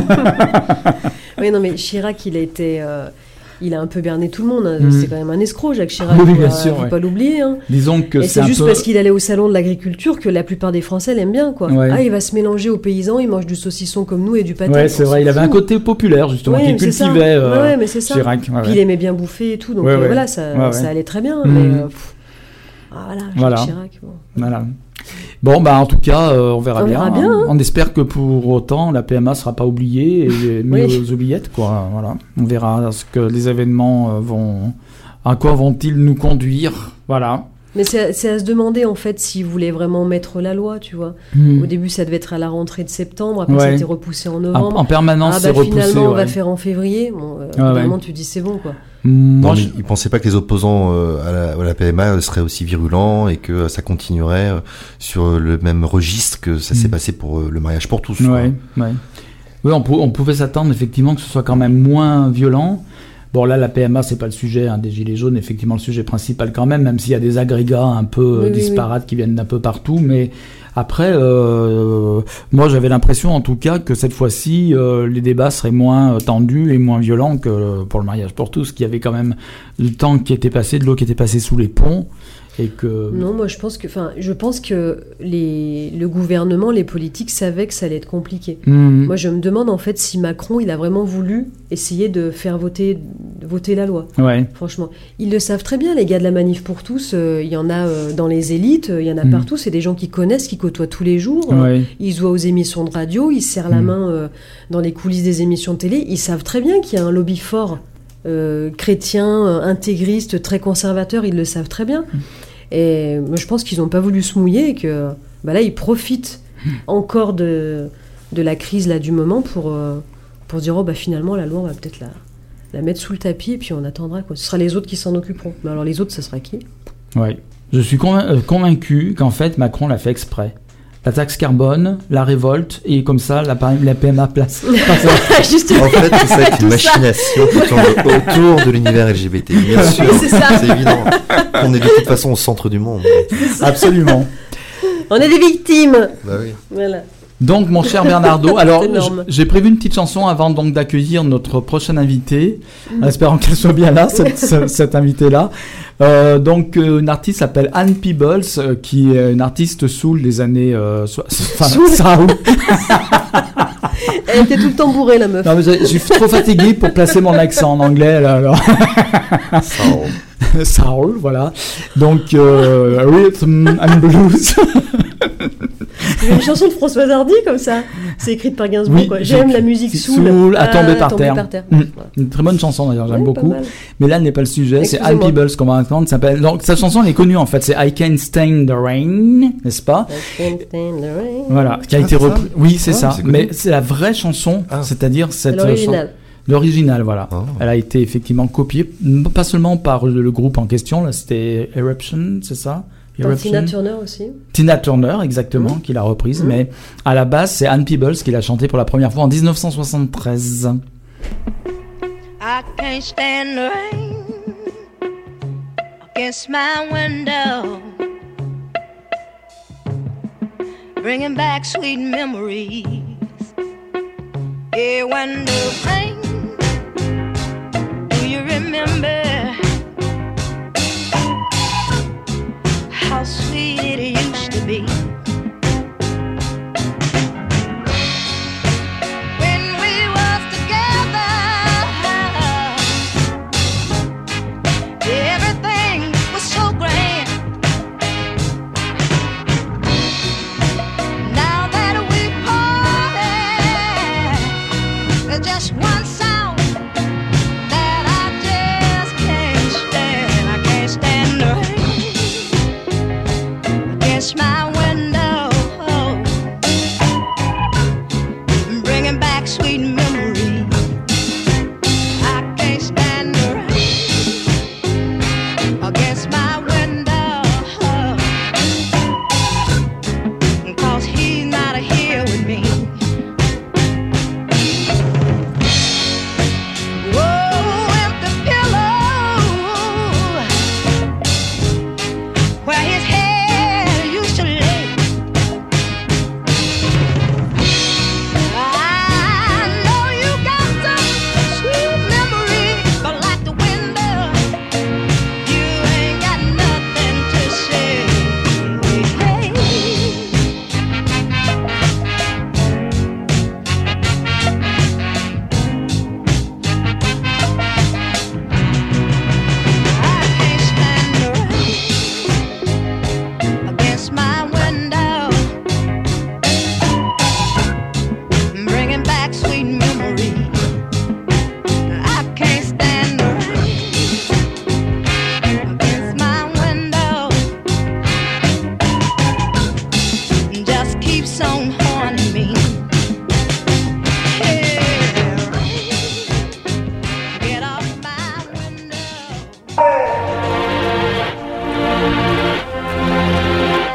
Oui, non, mais Chirac, il a été. euh, Il a un peu berné tout le monde. hein. Mhm. C'est quand même un escroc, Jacques Chirac. Oui, faut bien pas- sûr, faut ouais. pas l'oublier. hein. Disons que Et c'est c'est un juste peu. parce qu'il allait au salon de l'agriculture que la plupart des Français l'aiment bien, quoi. Ouais. Ah, il va se mélanger aux paysans, il mange du saucisson comme nous et du pâté. Ouais, c'est On vrai, s'en il avait un fout. côté populaire, justement, Ouais, qui mais c'est ça. cultivait euh, Ouais, ouais, mais c'est ça. Chirac. Ouais, Puis ouais. il aimait bien bouffer et tout, donc Ouais, euh, ouais. voilà, ça, Ouais, ouais. ça allait très bien. Mhm. Mais euh, pff, ah, voilà, Jacques Voilà. Chirac. Bon. Voilà. Bon, bah en tout cas, euh, on verra On bien. verra bien, hein. hein. On espère que pour autant, la P M A sera pas oubliée et mise Oui. aux oubliettes, quoi. Voilà. On verra ce que les événements euh, vont. À quoi vont-ils nous conduire? Voilà. Mais c'est c'est à se demander, en fait, s'ils voulaient vraiment mettre la loi, tu vois. Hmm. Au début, ça devait être à la rentrée de septembre, après, Ouais. ça a été repoussé en En, novembre. en permanence, ah, c'est bah repoussé. finalement, on va ouais. faire en février. Bon, euh, Ouais, ouais. évidemment, tu dis c'est bon, quoi. Moi, Non, mais je- ils pensaient pas que les opposants euh, à, la, à la P M A seraient aussi virulents et que euh, ça continuerait euh, sur le même registre que ça s'est Mm. passé pour euh, le mariage pour tous. quoi. Ouais, ouais. Oui, on, pou- on pouvait s'attendre effectivement que ce soit quand même moins violent. Bon, là, la P M A, c'est pas le sujet hein, des Gilets jaunes, effectivement, le sujet principal quand même, même s'il y a des agrégats un peu euh, Oui, oui, disparates qui viennent d'un peu partout. Mais après, euh, moi, j'avais l'impression, en tout cas, que cette fois-ci, euh, les débats seraient moins euh, tendus et moins violents que pour le mariage pour tous, qu'il y avait quand même le temps qui était passé, de l'eau qui était passée sous les ponts. Et que... Non, moi je pense que, enfin, je pense que les, le gouvernement, les politiques savaient que ça allait être compliqué. Mhm. Moi, je me demande en fait si Macron, il a vraiment voulu essayer de faire voter, voter la loi. Ouais. Franchement, ils le savent très bien, les gars de la Manif pour tous. euh, Il y en a euh, dans les élites, euh, il y en a Mm. partout. C'est des gens qui connaissent, qui côtoient tous les jours. euh, Ouais. Ils se voient aux émissions de radio, ils se serrent la Mm. main euh, dans les coulisses des émissions de télé. Ils savent très bien qu'il y a un lobby fort, euh, chrétien, euh, intégriste, très conservateur. Ils le savent très bien. Mm. Et moi, je pense qu'ils n'ont pas voulu se mouiller et que bah là, ils profitent encore de, de la crise là, du moment pour, euh, pour se dire oh, bah, finalement, la loi, on va peut-être la, la mettre sous le tapis et puis on attendra. Quoi. Ce sera les autres qui s'en occuperont. Mais alors, les autres, ça sera qui? Ouais. Je suis convain- euh, convaincu qu'en fait, Macron l'a fait exprès. La taxe carbone, la révolte, et comme ça, la, la P M A place. Justement. En fait, tout ça est une Tout ça. machination qui tourne autour de l'univers L G B T. Bien sûr, C'est ça. c'est évident. On est de toute façon au centre du monde. Absolument. On est des victimes. Bah oui. Voilà. Donc, mon cher Bernardo, alors C'est énorme. j- j'ai prévu une petite chanson avant donc d'accueillir notre prochaine invitée, en espérant qu'elle soit bien là, cette, ce- cette invitée-là. Euh, donc, euh, une artiste s'appelle Anne Peebles, euh, qui est une artiste soul des années... Euh, so- enfin, Soul. soul. Elle était tout le temps bourrée, la meuf. Non, mais je je suis trop fatigué pour placer mon accent en anglais, là, alors. Ça, Soul, voilà. Donc, euh, Rhythm and Blues. Il y a une chanson de Françoise Hardy comme ça. C'est écrite par Gainsbourg. Oui, quoi. j'ai- J'aime la musique c'est soul. soul, à Ah, tomber par terre. Mm. Voilà. Une très bonne chanson d'ailleurs, j'aime Ouais, pas beaucoup. mal. Mais là, elle n'est pas le sujet. C'est Anne Excusez-moi. Peebles qu'on va entendre. Ça s'appelle... Donc, sa chanson, elle est connue en fait. C'est I Can't Stand the Rain, n'est-ce pas? I can't stand the rain. Voilà, qui a Ah, été c'est ça repris. Oui, c'est Ah, ça. c'est connu. Mais c'est la vraie chanson, Ah. c'est-à-dire cette C'est l'original. chan- L'original, voilà. Oh. Elle a été effectivement copiée, n- pas seulement par le, le groupe en question. Là, c'était Eruption, c'est ça? Dans Eruption. Tina Turner aussi. Tina Turner, exactement, qui l'a reprise. Mhm. Mais à la base, c'est Anne Peebles qui l'a chantée pour la première fois en dix-neuf cent soixante-treize. I can't stand the rain against my window, bringing back sweet memories. Yeah, when the rain, do you remember how sweet it used to be? When we was together, everything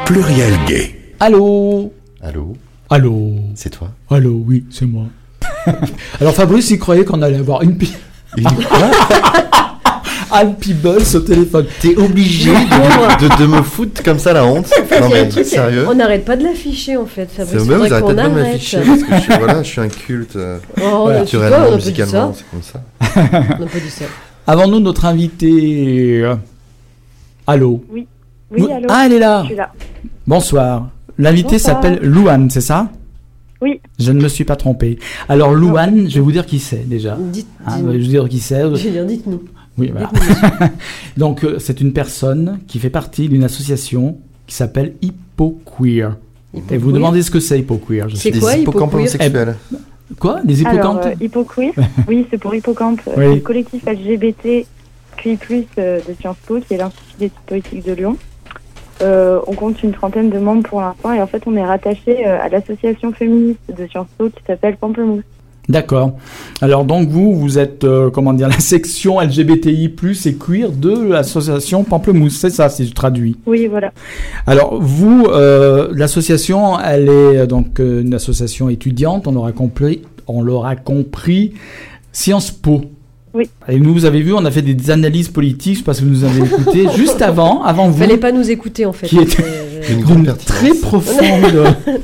Pluriel Gay. Allô Allô, Allô c'est toi? Allô, oui, c'est moi. Alors Fabrice, il croyait qu'on allait avoir une pi... Anne Peebles au téléphone. T'es obligé de, de, de me foutre comme ça la honte? En fait, Non il y a un mais truc, sérieux? on n'arrête pas de l'afficher en fait. C'est Fabrice, vrai, vous faudrait arrêtez qu'on pas de arrête. m'afficher parce que je suis, voilà, je suis un culte euh, Oh, Voilà. tu vois, culturellement, on n'a pas dit ça. musicalement, c'est comme ça. On n'a pas dit ça. Avons-nous notre invité euh, Allô Oui, Vous- allô. Ah, elle est là. Je suis là. Bonsoir. L'invité Bonsoir. s'appelle Louane, c'est ça? Oui. Je ne me suis pas trompé. Alors Louane, je vais vous dire qui c'est déjà. Dites, Hein, je dis-nous. vais vous dire qui c'est. Je vais dire, dites-nous. Oui, voilà. Donc, euh, c'est une personne qui fait partie d'une association qui s'appelle Hippoqueer. Et vous demandez ce que c'est Hippoqueer. Je C'est sais- quoi, Des hippocampes hippoqueer homosexuels. Quoi? Les hippocampes? Alors, euh, Hippoqueer, oui, c'est pour Hippocampe. Oui. C'est le collectif L G B T Q I plus, euh, de Sciences Po, qui est l'Institut d'études politiques de Lyon. Euh, on compte une trentaine de membres pour l'instant et en fait, on est rattaché euh, à l'association féministe de Sciences Po qui s'appelle Pamplemousse. D'accord. Alors, donc, vous, vous êtes, euh, comment dire, la section L G B T I plus, et queer de l'association Pamplemousse. C'est ça, si je traduis. Oui, voilà. Alors, vous, euh, l'association, elle est euh, donc euh, une association étudiante, on l'aura compris, on l'aura compris, Sciences Po. Oui. Et nous, vous avez vu, on a fait des analyses politiques, je sais pas si vous nous avez écouté, juste avant, avant vous, Fallait pas nous écouter en fait. Qui était- Euh, Une grande d'une pertinence. très profonde...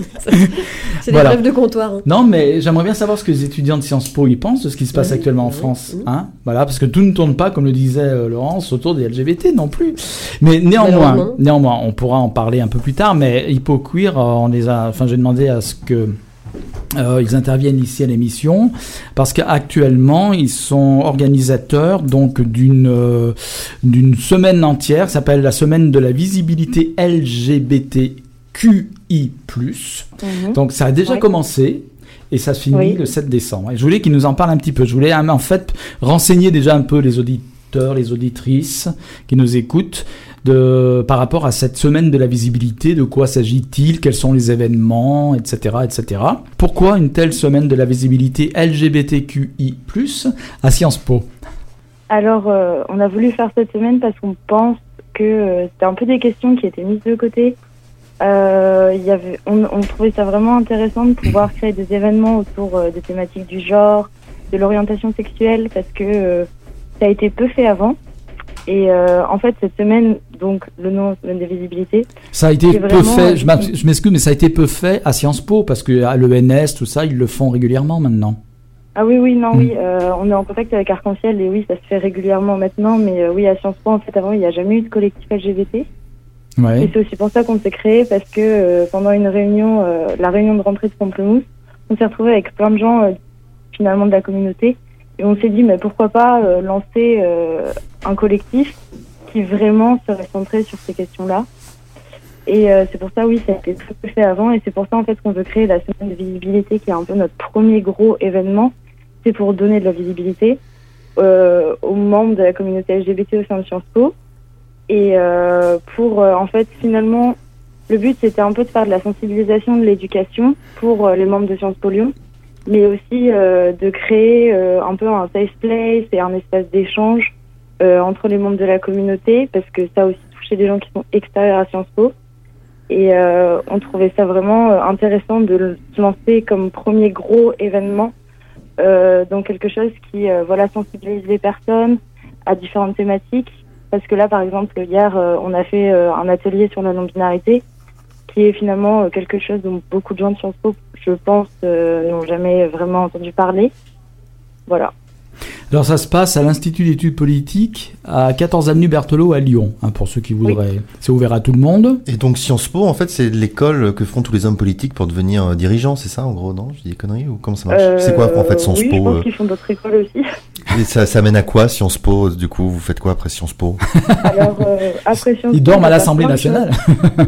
C'est Voilà. des brèves de comptoir. hein. Non, mais j'aimerais bien savoir ce que les étudiants de Sciences Po y pensent de ce qui se passe Oui, actuellement en oui, France. oui. Hein, voilà, parce que tout ne tourne pas, comme le disait euh, Laurence, autour des L G B T non plus. Mais néanmoins, Malheureusement. néanmoins, on pourra en parler un peu plus tard. Mais Hippoqueer, euh, on les a. Enfin, j'ai demandé à ce que euh, ils interviennent ici à l'émission parce qu'actuellement ils sont organisateurs donc d'une euh, d'une semaine entière, ça s'appelle la semaine de la visibilité L G B T Q I plus. Mhm. Donc ça a déjà Ouais. commencé et ça se finit Oui. le sept décembre. Et je voulais qu'ils nous en parlent un petit peu. Je voulais hein, en fait renseigner déjà un peu les auditeurs, les auditrices qui nous écoutent de, par rapport à cette semaine de la visibilité. De quoi s'agit-il? Quels sont les événements, et cetera, et cetera. Pourquoi une telle semaine de la visibilité L G B T Q I plus, à Sciences Po? Alors, euh, on a voulu faire cette semaine parce qu'on pense que euh, c'était un peu des questions qui étaient mises de côté. Euh, il y avait, on, on trouvait ça vraiment intéressant de pouvoir créer des événements autour euh, des thématiques du genre, de l'orientation sexuelle, parce que euh, ça a été peu fait avant. Et euh, en fait, cette semaine, donc le nom Semaine des visibilités, Ça a été C'est peu vraiment, fait, euh, je m'ex- je m'excuse, mais ça a été peu fait à Sciences Po, parce que à l'E N S, tout ça, ils le font régulièrement maintenant. ah oui, oui, non, Mm. oui, euh, on est en contact avec Arc-en-Ciel et oui, ça se fait régulièrement maintenant, mais euh, oui, à Sciences Po, en fait, avant, il n'y a jamais eu de collectif L G B T. Et Ouais. c'est aussi pour ça qu'on s'est créé, parce que euh, pendant une réunion, euh, la réunion de rentrée de Pamplemousse, on s'est retrouvé avec plein de gens, euh, finalement, de la communauté, et on s'est dit, mais pourquoi pas euh, lancer euh, un collectif qui vraiment serait centré sur ces questions-là. Et euh, c'est pour ça, oui, ça a été très peu fait avant, et c'est pour ça, en fait, qu'on veut créer la semaine de visibilité, qui est un peu notre premier gros événement. C'est pour donner de la visibilité euh, aux membres de la communauté L G B T au sein de Sciences Po. Et euh, pour, euh, en fait, finalement, le but, c'était un peu de faire de la sensibilisation, de l'éducation pour euh, les membres de Sciences Po Lyon, mais aussi euh, de créer euh, un peu un safe place et un espace d'échange euh, entre les membres de la communauté, parce que ça a aussi touché des gens qui sont extérieurs à Sciences Po. Et euh, on trouvait ça vraiment euh, intéressant de le lancer comme premier gros événement, euh, donc quelque chose qui euh, voilà, sensibilise les personnes à différentes thématiques. Parce que là, par exemple, hier, euh, on a fait euh, un atelier sur la non-binarité, qui est finalement euh, quelque chose dont beaucoup de gens de Sciences Po, je pense, euh, n'ont jamais vraiment entendu parler. Voilà. Alors ça se passe à l'Institut d'études politiques à quatorze avenue Berthelot à Lyon, hein, pour ceux qui voudraient. C'est ouvert à tout le monde. Et donc Sciences Po, en fait, c'est l'école que font tous les hommes politiques pour devenir euh, dirigeants, c'est ça, en gros, non? Je dis des conneries ou comment ça marche? Euh, C'est quoi, en fait, Sciences oui, Po je pense euh, qu'ils font d'autres écoles aussi. Et ça, ça mène à quoi, Sciences Po? Du coup, vous faites quoi après Sciences Po? Alors, euh, après Sciences Ils Po, dorment on à va l'Assemblée faire plein de nationale. choses.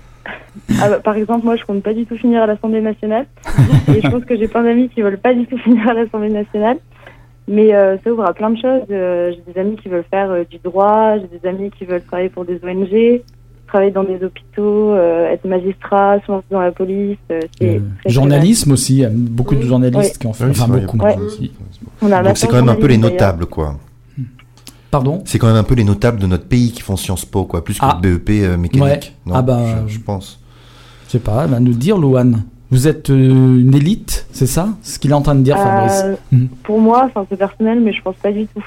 Ah bah, par exemple, moi, je compte pas du tout finir à l'Assemblée nationale. Et je pense que j'ai plein d'amis qui veulent pas du tout finir à l'Assemblée nationale. Mais euh, ça ouvre à plein de choses. Euh, j'ai des amis qui veulent faire euh, du droit, j'ai des amis qui veulent travailler pour des O N G, travailler dans des hôpitaux, euh, être magistrat, se lancer dans la police. Euh, c'est Euh, très, journalisme aussi, il y a beaucoup de Oui. journalistes Oui. qui ont fait. Oui, Enfin, c'est vrai, beaucoup. il y a beaucoup aussi. On a un Donc c'est master quand même un peu les journalisme, d'ailleurs. notables, quoi. Pardon? C'est quand même un peu les notables de notre pays qui font Sciences Po, quoi, plus que Ah. le B E P euh, mécanique. Ouais. Non, Ah bah, je, je pense. Je sais pas, elle va nous dire, Louane. Vous êtes euh, une élite, c'est ça? Ce qu'il est en train de dire, Fabrice. Euh, Mhm. Pour moi, enfin, c'est personnel, mais je pense pas du tout.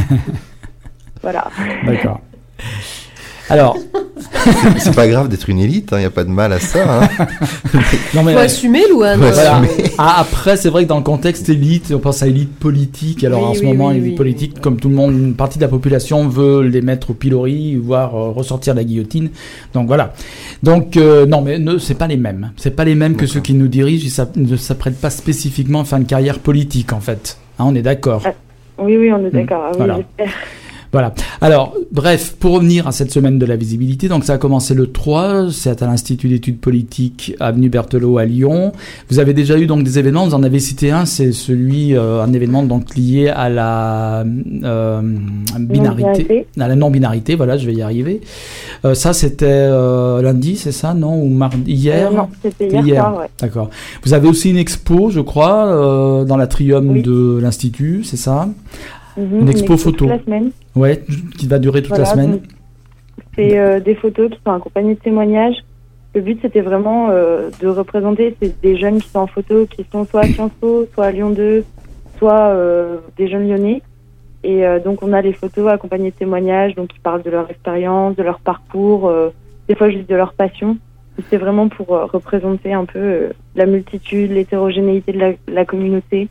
Voilà. D'accord. Alors, C'est pas grave d'être une élite, il n'y a pas de mal à ça. Hein. non mais Faut assumer, Louane. Faut voilà. assumer. Ah, après, c'est vrai que dans le contexte élite, on pense à élite politique. Alors Oui, en ce oui, moment, oui, élite oui. politique, comme tout le monde, une partie de la population veut les mettre au pilori, voire euh, ressortir la guillotine. Donc voilà. Donc euh, non, mais ne, c'est pas les mêmes. C'est pas les mêmes que ceux qui nous dirigent. Ils s'app- ne s'apprêtent pas spécifiquement à faire une carrière politique, en fait. Hein, on est d'accord. Ah, Oui, oui, on est d'accord. Ah oui, Voilà. j'espère. Voilà. Alors, bref, pour revenir à cette semaine de la visibilité, donc ça a commencé le trois, c'est à l'Institut d'études politiques, avenue Berthelot à Lyon. Vous avez déjà eu donc des événements, vous en avez cité un, c'est celui, euh, un événement donc lié à la euh, binarité, Non-binarité. à la non-binarité, voilà, je vais y arriver. Euh, ça, c'était euh, lundi, c'est ça, non? Ou mardi, hier? Euh, non, c'était C'était hier, soir, ouais. D'accord. Vous avez aussi une expo, je crois, euh, dans l'atrium Oui. de l'Institut, c'est ça? Mhm, Une expo photo. toute la semaine. Ouais, qui va durer toute Voilà, la semaine. donc, c'est euh, des photos qui sont accompagnées de témoignages. Le but, c'était vraiment euh, de représenter c'est des jeunes qui sont en photo, qui sont soit à Sciences Po, soit à Lyon deux, soit euh, des jeunes lyonnais. Et euh, donc, on a les photos accompagnées de témoignages, donc qui parlent de leur expérience, de leur parcours, euh, des fois juste de leur passion. Et c'est vraiment pour euh, représenter un peu euh, la multitude, l'hétérogénéité de la, la communauté.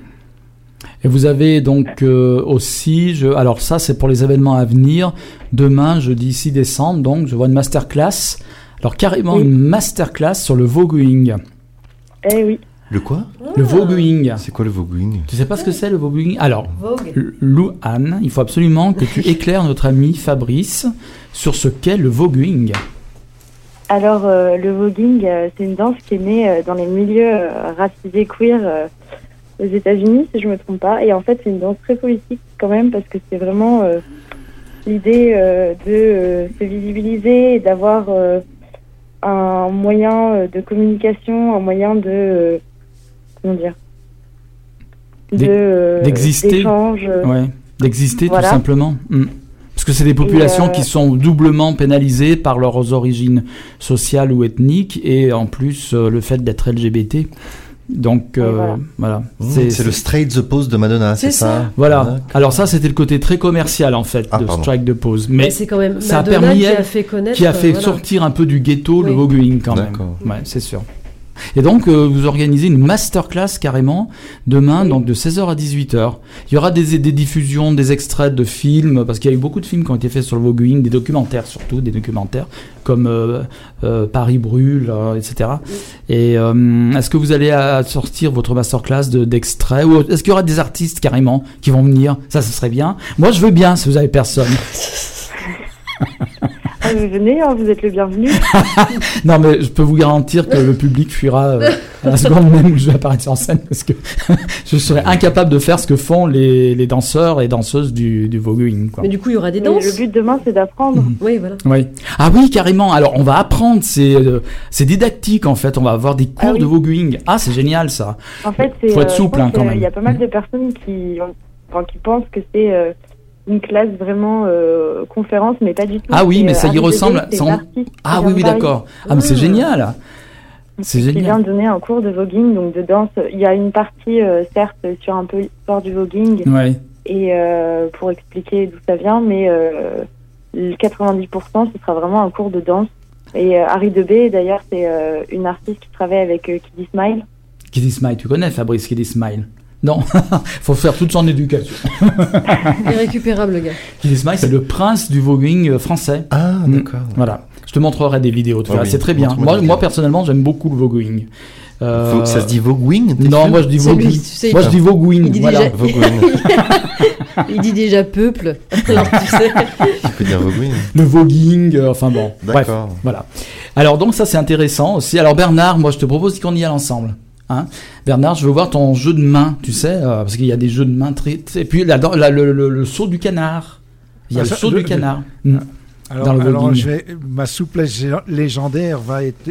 Et vous avez donc euh, aussi, je, alors ça c'est pour les événements à venir, demain, jeudi six décembre, donc je vois une masterclass, alors carrément Oui. une masterclass sur le voguing. Eh oui. Le quoi? Le voguing. C'est quoi le voguing? Tu sais pas ce que c'est le voguing? Alors, Vogue. L- Louane, il faut absolument que tu éclaires notre ami Fabrice sur ce qu'est le voguing. Alors, euh, le voguing, euh, c'est une danse qui est née euh, dans les milieux euh, racisés queer euh, aux États-Unis, si je me trompe pas. Et en fait, c'est une danse très politique quand même, parce que c'est vraiment euh, l'idée euh, de euh, se visibiliser et d'avoir euh, un moyen euh, de communication, un moyen de... euh, comment dire D'ex- de, euh, d'exister. d'échange, euh, Ouais, d'exister Voilà. tout simplement. Mm. Parce que c'est des populations euh, qui sont doublement pénalisées par leurs origines sociales ou ethniques et en plus euh, le fait d'être L G B T. Donc euh, voilà. voilà. Mmh, C'est le Straight the Pose de Madonna, c'est C'est ça? ça. Voilà. D'accord. Alors ça, c'était le côté très commercial en fait Ah, de pardon. Strike the Pose, Mais mais c'est quand même ça a Madonna permis, qui elle, a fait connaître. qui a fait euh, voilà. sortir un peu du ghetto le Oui. voguing quand même. D'accord. Ouais, c'est sûr. Et donc, euh, vous organisez une masterclass carrément demain, Oui. donc de seize heures à dix-huit heures. Il y aura des, des diffusions, des extraits de films, parce qu'il y a eu beaucoup de films qui ont été faits sur le voguing, des documentaires surtout, des documentaires comme euh, euh, Paris brûle, euh, et cetera. Et euh, est-ce que vous allez à sortir votre masterclass de, d'extraits ou est-ce qu'il y aura des artistes carrément qui vont venir? Ça, ce serait bien. Moi, je veux bien si vous avez personne. Ah, mais venez, hein, vous êtes le bienvenu. Non, mais je peux vous garantir que le public fuira euh, à la seconde même où je vais apparaître sur scène parce que je serais incapable de faire ce que font les, les danseurs et danseuses du, du voguing. Quoi. Mais du coup, il y aura des Mais danses. le but demain, c'est d'apprendre. Mhm. Oui, voilà. Oui. Ah oui, carrément. Alors, on va apprendre. C'est, euh, c'est didactique en fait. On va avoir des cours Ah oui. de voguing. Ah, c'est génial ça. En fait, c'est. Faut être euh, souple, je pense hein, quand que même. Il y a pas mal de personnes qui, ont- enfin, qui pensent que c'est euh, une classe vraiment euh, conférence, mais pas du tout. Ah oui, C'est, mais euh, ça y R G B, ressemble. c'est ça une en- artiste qui Ah vient oui, de oui, Paris, d'accord. Ah, mais c'est Ah. génial. C'est qui génial. vient de donner un cours de voguing, donc de danse. Il y a une partie, euh, certes, sur un peu l'histoire du voguing Ouais. et euh, pour expliquer d'où ça vient, mais euh, le quatre-vingt-dix pour cent, ce sera vraiment un cours de danse. Et euh, Harry Debé, d'ailleurs, c'est euh, une artiste qui travaille avec euh, Kiddy Smile. Kiddy Smile, tu connais Fabrice Kiddy Smile? Non, faut faire toute son éducation. Irrécupérable, le gars. Kiddy Smile, c'est le prince du voguing euh, français. Ah, Mm. d'accord. Voilà. Je te montrerai des vidéos. Tu Ah verras, oui, c'est très bien. montre-moi Moi, des moi vidéos. personnellement, j'aime beaucoup le voguing. Euh, Faut- Ça se dit voguing? t'es Non, sûr? moi je dis C'est lui, voguing. tu sais, Moi je dis voguing. il dit Voilà. déjà- Voguing. Il dit déjà peuple. Alors, tu sais. Tu peux dire voguing. Le voguing. euh, enfin bon. Bref. D'accord. Voilà. Alors donc ça c'est intéressant aussi. Alors Bernard, moi je te propose qu'on y aille ensemble. Hein Bernard, je veux voir ton jeu de main, tu sais, euh, parce qu'il y a des jeux de main très. Et puis là, dans- là, le, le, le saut du canard. Il y a Ah, le ça, saut le- du le- canard. Mm. Alors, Dans le alors voguing. je vais, ma souplesse gé- légendaire va être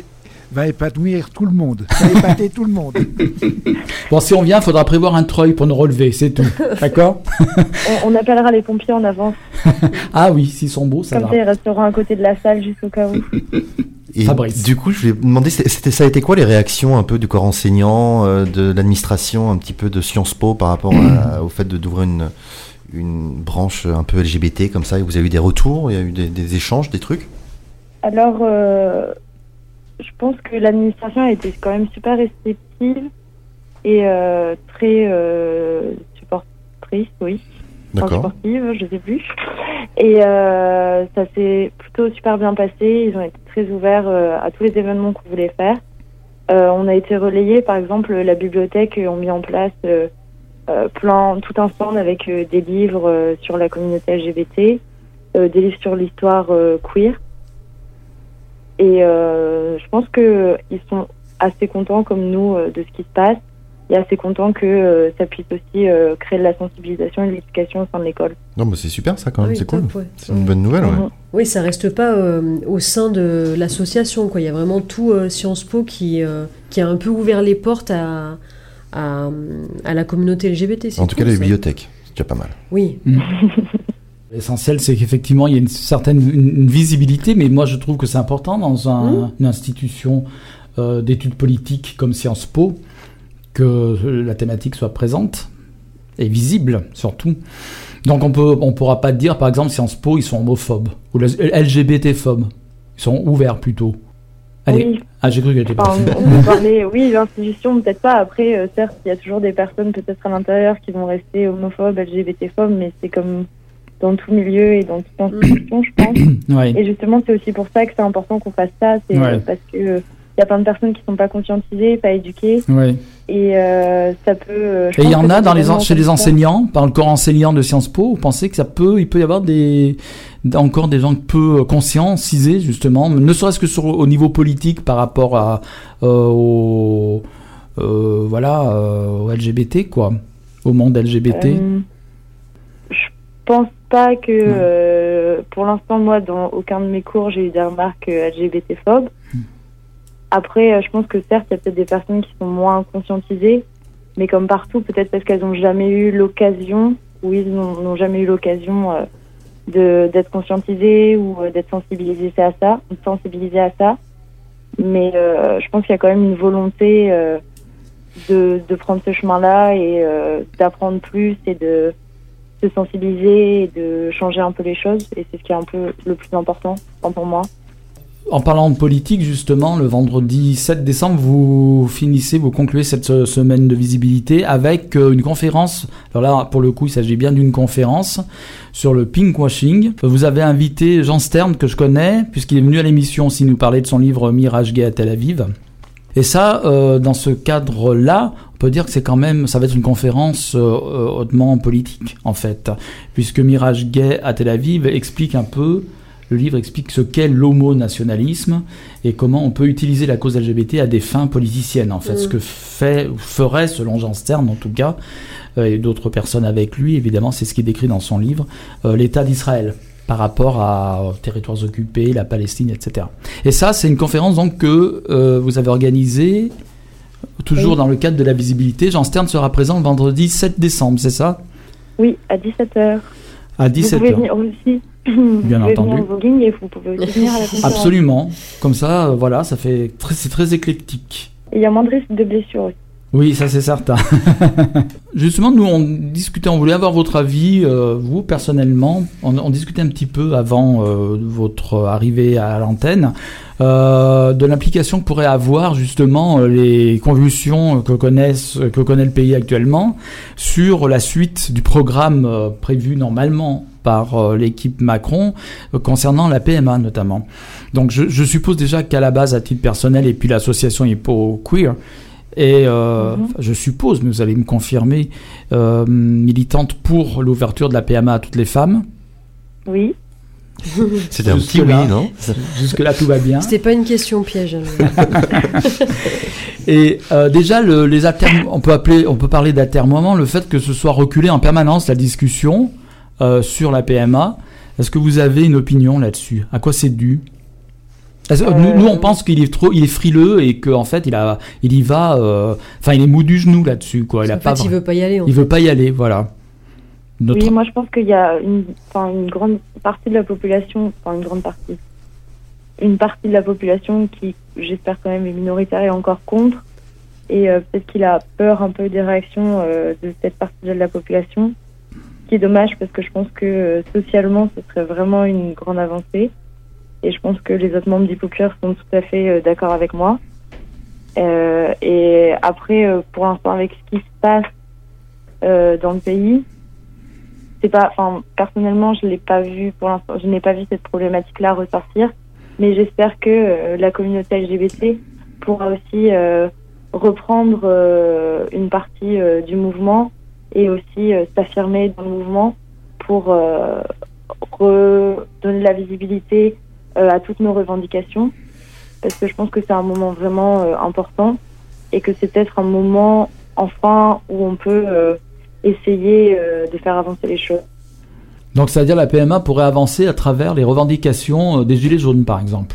va épanouir tout le monde, va épater tout le monde. Bon, si on vient, il faudra prévoir un treuil pour nous relever, c'est tout. D'accord? On, on appellera les pompiers en avance. Ah oui, s'ils sont beaux, ça Comme va. ça, ils resteront à côté de la salle juste au cas où. Et Fabrice. du coup, je vais demander, c'était, ça a été quoi les réactions un peu du corps enseignant, euh, de l'administration, un petit peu de Sciences Po par rapport à- au fait de, d'ouvrir une, une branche un peu L G B T comme ça? Et vous avez eu des retours, il y a eu des, des échanges, des trucs? Alors, euh, je pense que l'administration a été quand même super réceptive et euh, très euh, supportrice, oui. Enfin, D'accord. supportive, je sais plus. Et euh, ça s'est plutôt super bien passé. Ils ont été très ouverts euh, à tous les événements qu'on voulait faire. Euh, on a été relayés, par exemple, la bibliothèque ont mis en place euh, euh, plein, tout un stand avec euh, des livres euh, sur la communauté L G B T, euh, des livres sur l'histoire euh, queer. Et euh, je pense que ils sont assez contents, comme nous, euh, de ce qui se passe, et assez contents que euh, ça puisse aussi euh, créer de la sensibilisation et de l'éducation au sein de l'école. Non, mais c'est super ça quand même, Oui, c'est cool. top, ouais. C'est une bonne nouvelle, ouais. Mhm. Oui, ça reste pas euh, au sein de l'association, quoi. Il y a vraiment tout euh, Sciences Po qui, euh, qui a un peu ouvert les portes à, à, à la communauté L G B T. c'est En tout cool, cas, la ça. bibliothèque, c'est déjà pas mal. Oui. L'essentiel, c'est qu'effectivement, il y a une certaine une, une visibilité, mais moi, je trouve que c'est important dans un- Mmh. une institution euh, d'études politiques comme Sciences Po que euh, la thématique soit présente et visible, surtout. Donc, on peut, on pourra pas dire, par exemple, Sciences Po, ils sont homophobes ou L G B T-phobes. Ils sont ouverts plutôt. Allez. Oui. Ah, j'ai cru qu'elle était pas. Enfin, on peut parler, oui, l'institution, peut-être pas. Après, euh, certes, il y a toujours des personnes, peut-être à l'intérieur, qui vont rester homophobes, L G B T-phobes, mais c'est comme dans tout milieu et dans toute institution, je pense. Ouais. Et justement, c'est aussi pour ça que c'est important qu'on fasse ça, c'est Ouais. euh, parce que euh, il y a plein de personnes qui sont pas conscientisées, pas éduquées, Ouais. et euh, ça peut. euh, je Et il y pense en que a des dans les, en- événements chez les comme ça- enseignants, par le corps enseignant de Sciences Po, vous pensez que ça peut, il peut y avoir des, encore des gens peu conscientisés, justement, ne serait-ce que sur, au niveau politique par rapport à, euh, au, euh, voilà, euh, au L G B T, quoi, au monde L G B T. Euh, je pense pas que, euh, pour l'instant, moi, dans aucun de mes cours, j'ai eu des remarques euh, L G B T-phobes. Après, euh, je pense que certes, il y a peut-être des personnes qui sont moins conscientisées, mais comme partout, peut-être parce qu'elles n'ont jamais eu l'occasion, ou ils n'ont n'ont jamais eu l'occasion euh, de d'être conscientisées ou euh, d'être sensibilisées à ça, sensibilisées à ça. Mais euh, je pense qu'il y a quand même une volonté euh, de, de prendre ce chemin-là et euh, d'apprendre plus et de se sensibiliser et de changer un peu les choses. Et c'est ce qui est un peu le plus important, enfin, pour moi. En parlant de politique, justement, le vendredi sept décembre, vous finissez, vous concluez cette se- semaine de visibilité avec euh, une conférence. Alors là, pour le coup, il s'agit bien d'une conférence sur le pinkwashing. Vous avez invité Jean Stern, que je connais, puisqu'il est venu à l'émission aussi nous parler de son livre Mirage gay à Tel Aviv. Et ça, euh, dans ce cadre-là, on peut dire que c'est quand même, ça va être une conférence euh, euh, hautement politique, en fait, puisque Mirage gay à Tel Aviv explique un peu. Le livre explique ce qu'est l'homonationalisme et comment on peut utiliser la cause L G B T à des fins politiciennes, en fait. Mm. Ce que fait, ou ferait, selon Jean Stern en tout cas, euh, et d'autres personnes avec lui, évidemment, c'est ce qui est décrit dans son livre, euh, l'État d'Israël par rapport à aux territoires occupés, la Palestine, et cetera. Et ça, c'est une conférence donc que euh, vous avez organisée, toujours Oui. dans le cadre de la visibilité. Jean Stern sera présent le vendredi sept décembre, c'est ça? Oui, à dix-sept heures. À Vous dix-sept pouvez heures. venir aussi. Bien vous pouvez entendu. venir au voguing et vous pouvez aussi venir à la conférence. Absolument. Comme ça, euh, voilà, ça fait très, c'est très éclectique. Et il y a moins de risques de blessures aussi. Oui, ça c'est certain. Justement, nous on discutait, on voulait avoir votre avis, euh, vous personnellement, on, on discutait un petit peu avant euh, votre arrivée à l'antenne, euh, de l'implication que pourraient avoir justement euh, les convulsions que, connaissent, que connaît le pays actuellement sur la suite du programme euh, prévu normalement par euh, l'équipe Macron euh, concernant la P M A notamment. Donc je, je suppose déjà qu'à la base, à titre personnel, et puis l'association Hippo Queer, et euh, Mhm. je suppose, mais vous allez me confirmer, euh, militante pour l'ouverture de la P M A à toutes les femmes. Oui. C'était un petit Jusque-là. oui, non? Jusque-là, tout va bien. C'était pas une question piège. hein. Et euh, déjà, le, les aterm- on peut appeler, on peut parler d'atermoiement, le fait que ce soit reculé en permanence la discussion euh, sur la P M A. Est-ce que vous avez une opinion là-dessus? À quoi c'est dû? Parce que Euh, Nous, nous, on pense qu'il est trop, il est frileux et qu'en fait, il a, il y va. euh, Enfin, il est mou du genou là-dessus, quoi. Il a en pas. fait, il veut pas y aller. en il veut pas y aller, voilà. Notre- Oui, moi je pense qu'il y a une, enfin, une grande partie de la population, enfin une grande partie, une partie de la population qui, j'espère quand même, est minoritaire et encore contre. Et euh, peut-être qu'il a peur un peu des réactions euh, de cette partie de la population, ce qui est dommage parce que je pense que euh, socialement ce serait vraiment une grande avancée. Et je pense que les autres membres d'Hypoqueer sont tout à fait euh, d'accord avec moi. Euh, et après, euh, pour l'instant, avec ce qui se passe euh, dans le pays, c'est pas, enfin, personnellement, je l'ai pas vu pour l'instant, je n'ai pas vu cette problématique-là ressortir, mais j'espère que euh, la communauté L G B T pourra aussi euh, reprendre euh, une partie euh, du mouvement et aussi euh, s'affirmer dans le mouvement pour euh, redonner de la visibilité euh, à toutes nos revendications, parce que je pense que c'est un moment vraiment euh, important et que c'est peut-être un moment enfin où on peut euh, essayer euh, de faire avancer les choses. Donc, c'est-à-dire la P M A pourrait avancer à travers les revendications euh, des Gilets jaunes, par exemple.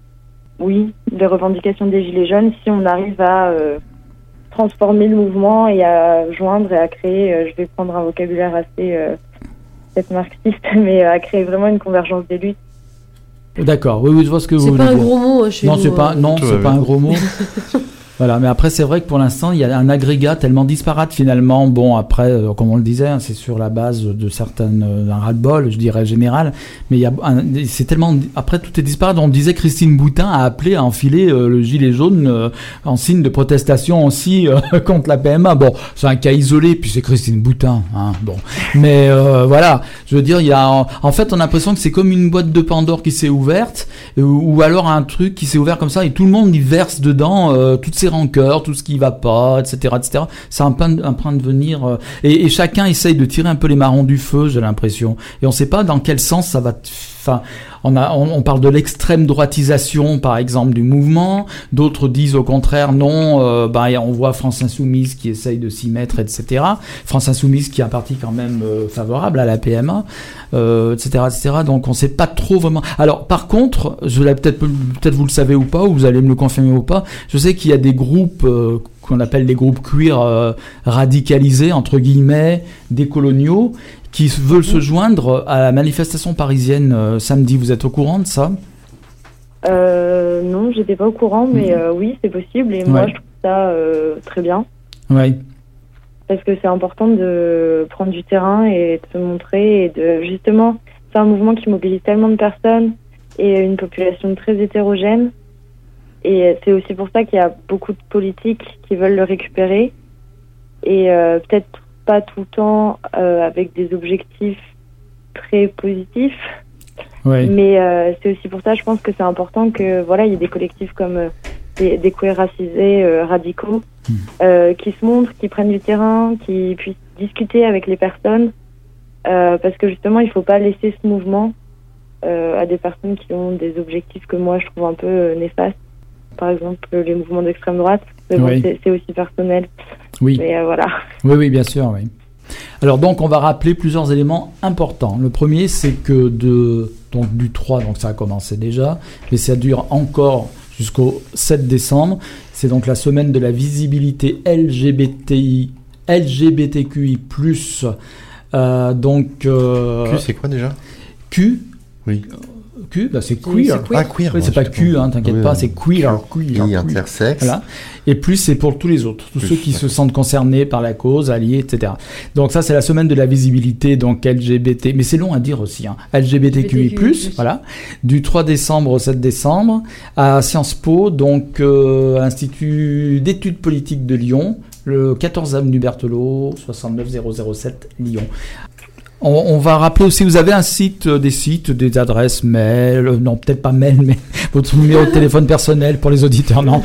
Oui, les revendications des Gilets jaunes, si on arrive à euh, transformer le mouvement et à joindre et à créer, euh, je vais prendre un vocabulaire assez euh, peut-être marxiste, mais euh, à créer vraiment une convergence des luttes. D'accord, oui, oui, je vois ce que vous C'est voulez pas un dire. gros mot hein, chez Non, nous. c'est pas, hein. non, Tout c'est va pas bien. un gros mot. Voilà, mais après, c'est vrai que pour l'instant, il y a un agrégat tellement disparate finalement. Bon, après, euh, comme on le disait, hein, c'est sur la base de certaines, euh, d'un ras-le-bol, je dirais général. Mais il y a, un- c'est tellement, après, tout est disparate. On disait Christine Boutin a appelé à enfiler euh, le gilet jaune euh, en signe de protestation aussi euh, contre la P M A. Bon, c'est un cas isolé, puis c'est Christine Boutin, hein, bon. Mais euh, voilà, je veux dire, il y a, en, en fait, on a l'impression que c'est comme une boîte de Pandore qui s'est ouverte, euh, ou alors un truc qui s'est ouvert comme ça et tout le monde y verse dedans euh, toutes ses rancœurs, tout ce qui va pas, et cetera, et cetera. C'est un point, un point de venir euh, et, et chacun essaye de tirer un peu les marrons du feu, j'ai l'impression. Et on sait pas dans quel sens ça va. Enfin, on a, on, on parle de l'extrême droitisation, par exemple, du mouvement. D'autres disent au contraire non. Euh, bah, on voit France Insoumise qui essaye de s'y mettre, et cetera. France Insoumise qui est un parti quand même euh, favorable à la P M A, euh, et cetera, et cetera. Donc on sait pas trop vraiment. Alors par contre, je l'ai peut-être, peut-être vous le savez ou pas, ou vous allez me le confirmer ou pas. Je sais qu'il y a des groupes euh, qu'on appelle les groupes queer euh, radicalisés entre guillemets, décoloniaux, qui veulent se joindre à la manifestation parisienne euh, samedi. Vous êtes au courant de ça ? Euh, non, j'étais pas au courant, mais euh, oui, c'est possible et moi Ouais. je trouve ça euh, très bien Oui. parce que c'est important de prendre du terrain et de se montrer et de justement, c'est un mouvement qui mobilise tellement de personnes et une population très hétérogène et c'est aussi pour ça qu'il y a beaucoup de politiques qui veulent le récupérer et euh, peut-être pas tout le temps euh, avec des objectifs très positifs. Oui. Mais euh, c'est aussi pour ça, je pense que c'est important que voilà, il y ait des collectifs comme euh, des, des queers racisés euh, radicaux Mm. euh, qui se montrent, qui prennent du terrain, qui puissent discuter avec les personnes, euh, parce que justement, il faut pas laisser ce mouvement euh, à des personnes qui ont des objectifs que moi je trouve un peu euh, néfastes. Par exemple, les mouvements d'extrême droite. Mais bon, Oui. c'est, c'est aussi personnel. Oui. Mais euh, voilà. Oui, oui, bien sûr, oui. Alors donc, on va rappeler plusieurs éléments importants. Le premier, c'est que de, donc, du trois, donc ça a commencé déjà, mais ça dure encore jusqu'au sept décembre. C'est donc la semaine de la visibilité L G B T I, L G B T Q I plus. Euh, donc... Euh, Q, c'est quoi déjà? Q Oui. Q, bah, c'est Oui, queer. c'est queer. Ah, queer. Oui, c'est pas Q, hein, t'inquiète Oui, pas, oui. c'est queer. queer, I, queer. intersexe. Voilà. Et plus, c'est pour tous les autres, tous Plus, ceux qui se d'accord. sentent concernés par la cause, alliés, et cetera. Donc ça, c'est la semaine de la visibilité, donc L G B T, mais c'est long à dire aussi, hein, L G B T Q I plus, voilà, du trois décembre au sept décembre, à Sciences Po, donc euh, à l'Institut d'études politiques de Lyon, le quatorze avenue Berthelot, soixante-neuf zéro zéro sept, Lyon. On, on va rappeler aussi, vous avez un site, euh, des sites, des adresses mail, euh, non peut-être pas mail, mais votre numéro de téléphone personnel pour les auditeurs, non.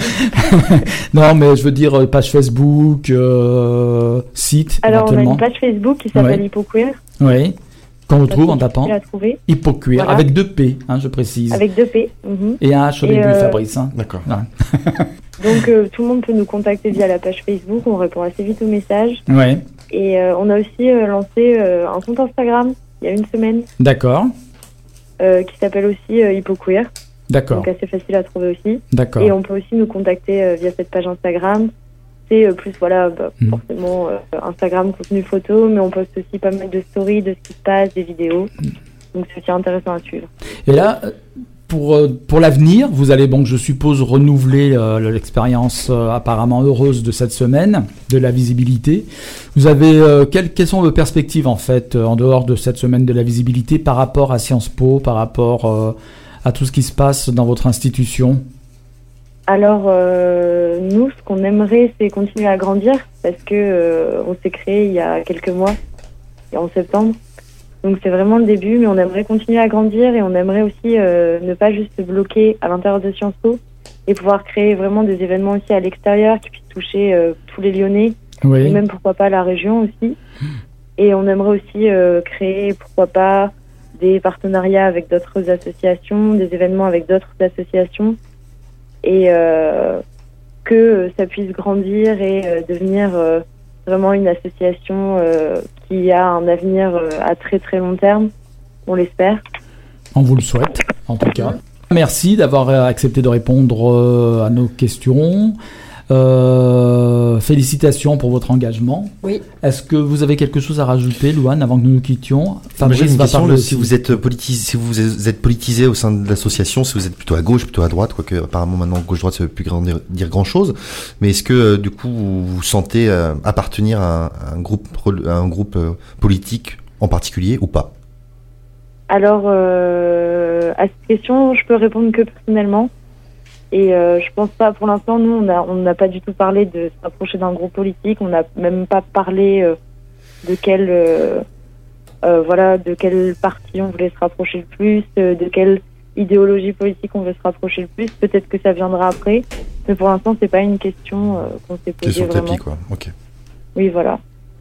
Non, mais je veux dire euh, page Facebook, euh, site, Alors, on a éventuellement. une page Facebook qui s'appelle Ouais. Hypoqueer. Oui, qu'on retrouve en Pas tapant difficile à trouver. Hypoqueer, Voilà. avec deux P, hein, je précise. Avec deux P. Mhm. Et un H au Et, début, euh, Fabrice. Hein. D'accord. Voilà. Donc euh, tout le monde peut nous contacter via la page Facebook, on répond assez vite aux messages. Ouais, Et euh, on a aussi euh, lancé euh, un compte Instagram il y a une semaine d'accord. euh, qui s'appelle aussi euh, Hypoqueer. D'accord, donc assez facile à trouver aussi. d'accord. Et on peut aussi nous contacter euh, via cette page Instagram. C'est euh, plus, voilà, bah, Mhm. forcément euh, Instagram, contenu photo, mais on poste aussi pas mal de stories de ce qui se passe, des vidéos. Donc c'est aussi intéressant à suivre. Et là, euh, pour, euh, pour l'avenir, vous allez donc, je suppose, renouveler euh, l'expérience euh, apparemment heureuse de cette semaine, de la visibilité. Vous avez, euh, quelles, quelles sont vos perspectives, en fait, euh, en dehors de cette semaine de la visibilité, par rapport à Sciences Po, par rapport euh, à tout ce qui se passe dans votre institution? Alors, euh, nous, ce qu'on aimerait, c'est continuer à grandir parce que euh, on s'est créé il y a quelques mois, et en septembre. Donc, c'est vraiment le début, mais on aimerait continuer à grandir et on aimerait aussi euh, ne pas juste se bloquer à l'intérieur de Sciences Po et pouvoir créer vraiment des événements aussi à l'extérieur qui puissent toucher euh, tous les Lyonnais, et Oui, même pourquoi pas la région aussi. Et on aimerait aussi euh, créer, pourquoi pas, des partenariats avec d'autres associations, des événements avec d'autres associations, et euh, que ça puisse grandir et euh, devenir euh, vraiment une association euh, qui a un avenir euh, à très très long terme, on l'espère. on vous le souhaite, en tout cas. Merci d'avoir euh, accepté de répondre euh, à nos questions. Euh, félicitations pour votre engagement. Oui. Est-ce que vous avez quelque chose à rajouter, Louane, avant que nous nous quittions? Moi, j'ai Fabrice une va question, parler le- si aussi. vous êtes politisé, si vous êtes politisé au sein de l'association, si vous êtes plutôt à gauche, plutôt à droite, quoique apparemment maintenant gauche-droite ça veut plus grand- dire grand chose, mais est-ce que euh, du coup vous vous sentez euh, appartenir à un, à un groupe, rel- à un groupe euh, politique en particulier ou pas? Alors, euh, à cette question, je peux répondre que personnellement. Et euh, je pense pas, pour l'instant, nous, on n'a on n'a pas du tout parlé de se rapprocher d'un groupe politique. On n'a même pas parlé euh, de quel, euh, euh, voilà, de quel parti on voulait se rapprocher le plus, euh, de quelle idéologie politique on veut se rapprocher le plus. Peut-être que ça viendra après. Mais pour l'instant, c'est pas une question euh, qu'on s'est C'est posée sur le vraiment. tapis, quoi. Ok. Oui, voilà.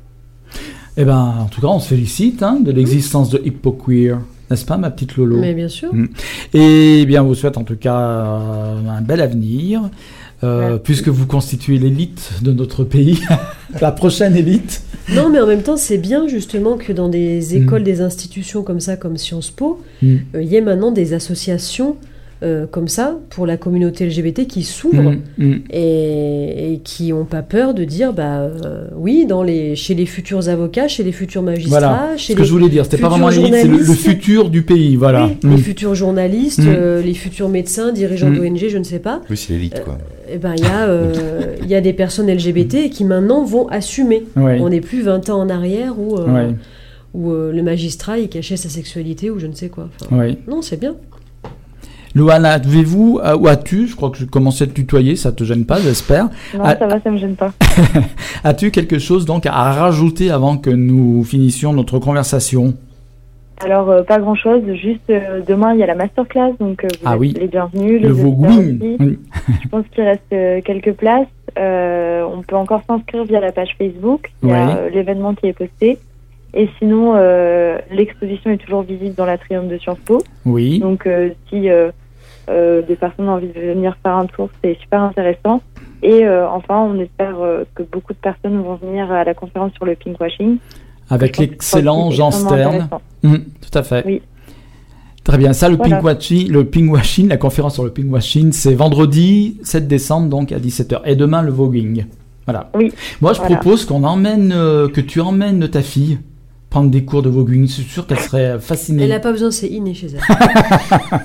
Eh ben, en tout cas, on se félicite hein, de l'existence de Hippoqueer, n'est-ce pas, ma petite Lolo? Mais bien sûr. Mm. Et bien, on vous souhaite en tout cas euh, un bel avenir, euh, Merci. puisque vous constituez l'élite de notre pays, la prochaine élite. Non, mais en même temps, c'est bien justement que dans des écoles, Mm. des institutions comme ça, comme Sciences Po, Mm. euh, il y ait maintenant des associations euh, comme ça pour la communauté L G B T qui s'ouvrent Mm, mm. et, et qui n'ont pas peur de dire, bah euh, oui, dans les, chez les futurs avocats, chez les futurs magistrats, Voilà, chez ce que les, je voulais dire, c'était pas futurs vraiment l'élite, c'est le, le journalistes. futur du pays, voilà. oui, Mm. les futurs journalistes, Mm. euh, les futurs médecins, dirigeants Mm. d'O N G, je ne sais pas. Oui, c'est l'élite, quoi. Eh ben, il y, a, euh, il y a des personnes L G B T qui maintenant vont assumer. Ouais. On n'est plus vingt ans en arrière où, euh, Ouais. où euh, le magistrat il cachait sa sexualité ou je ne sais quoi. Enfin, Ouais. Non, c'est bien. Louane, avez-vous, euh, ou as-tu, je crois que je commençais à te tutoyer, ça te gêne pas, j'espère. Non, Ah. ça va, ça me gêne pas. As-tu quelque chose donc à rajouter avant que nous finissions notre conversation? Alors, euh, pas grand-chose. Juste, euh, demain, il y a la masterclass, donc euh, vous Ah êtes oui. les bienvenus. Le les auditeurs Vauguin. aussi. Oui. Je pense qu'il reste euh, quelques places. Euh, on peut encore s'inscrire via la page Facebook. Il y a Ouais. euh, l'événement qui est posté. Et sinon, euh, l'exposition est toujours visible dans l'atrium de Sciences Po. Oui. Donc, euh, si euh, euh, des personnes ont envie de venir faire un tour, c'est super intéressant. Et euh, enfin, on espère euh, que beaucoup de personnes vont venir à la conférence sur le pinkwashing. Avec Je pense que l'excellent c'est Jean extrêmement Stern. intéressant. Mm, tout à fait. Oui. Très bien. Ça, le Voilà. pinkwashing, le pinkwashing, la conférence sur le pinkwashing, c'est vendredi sept décembre, donc à dix-sept heures. Et demain, le voguing. Voilà. Oui. Moi, je Voilà. propose qu'on emmène, euh, que tu emmènes ta fille prendre des cours de voguing. C'est sûr qu'elle serait fascinée. Elle n'a pas besoin, c'est inné chez elle.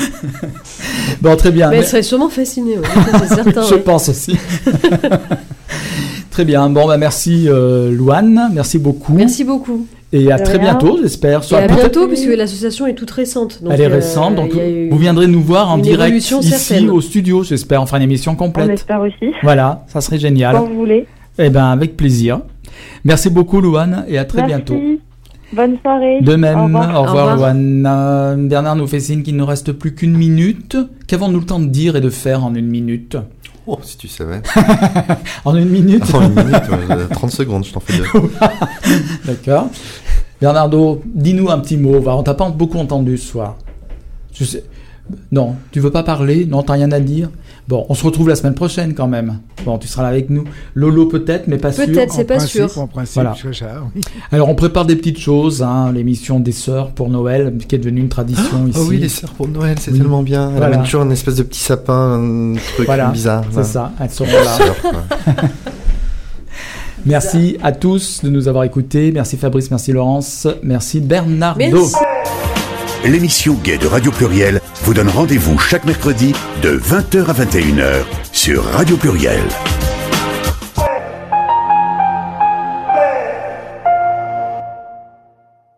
Bon, très bien. Mais elle Mais- serait sûrement fascinée, ouais, ça, c'est certain. je ouais. pense aussi. Très bien. Bon, bah, merci, euh, Louane. Merci beaucoup. Merci beaucoup. Et à De très rien. bientôt, j'espère. Et Soit à peut-être- bientôt, puisque l'association est toute récente. Donc, Elle est euh, récente, donc il y a eu- vous viendrez nous voir en une direct évolution ici certaine. au studio, j'espère. On fera une émission On complète. espère aussi. Voilà, ça serait génial. Quand vous voulez. Eh ben, avec plaisir. Merci beaucoup, Louane, et à très Merci. bientôt. Bonne soirée. De même, Au au revoir. revoir, Au revoir. Louane. Euh, Bernard nous fait signe qu'il ne reste plus qu'une minute. Qu'avons-nous le temps de dire et de faire en une minute? Oh, si tu savais. En une minute Attends une minute, ouais, euh, trente secondes, je t'en fais deux. D'accord. Bernardo, dis-nous un petit mot. Va, on t'a pas beaucoup entendu ce soir. Je sais- Non, tu veux pas parler? Non, t'as rien à dire? Bon, on se retrouve la semaine prochaine quand même. Bon, tu seras là avec nous. Lolo peut-être, mais pas sûr. Peut-être, c'est En pas principe, sûr. En principe, Voilà. c'est ça, oui. Alors, on prépare des petites choses, hein, l'émission des sœurs pour Noël, qui est devenue une tradition ici. Oh oui, les sœurs pour Noël, c'est Oui. tellement bien. Elle Voilà. amène toujours une espèce de petit sapin, un truc Voilà, bizarre. c'est là. ça, elles seront là. Sœurs, quoi. Merci à tous de nous avoir écoutés. Merci Fabrice, merci Laurence, merci Bernardo. Merci. L'émission Gay de Radio Pluriel vous donne rendez-vous chaque mercredi de vingt heures à vingt et une heures sur Radio Pluriel.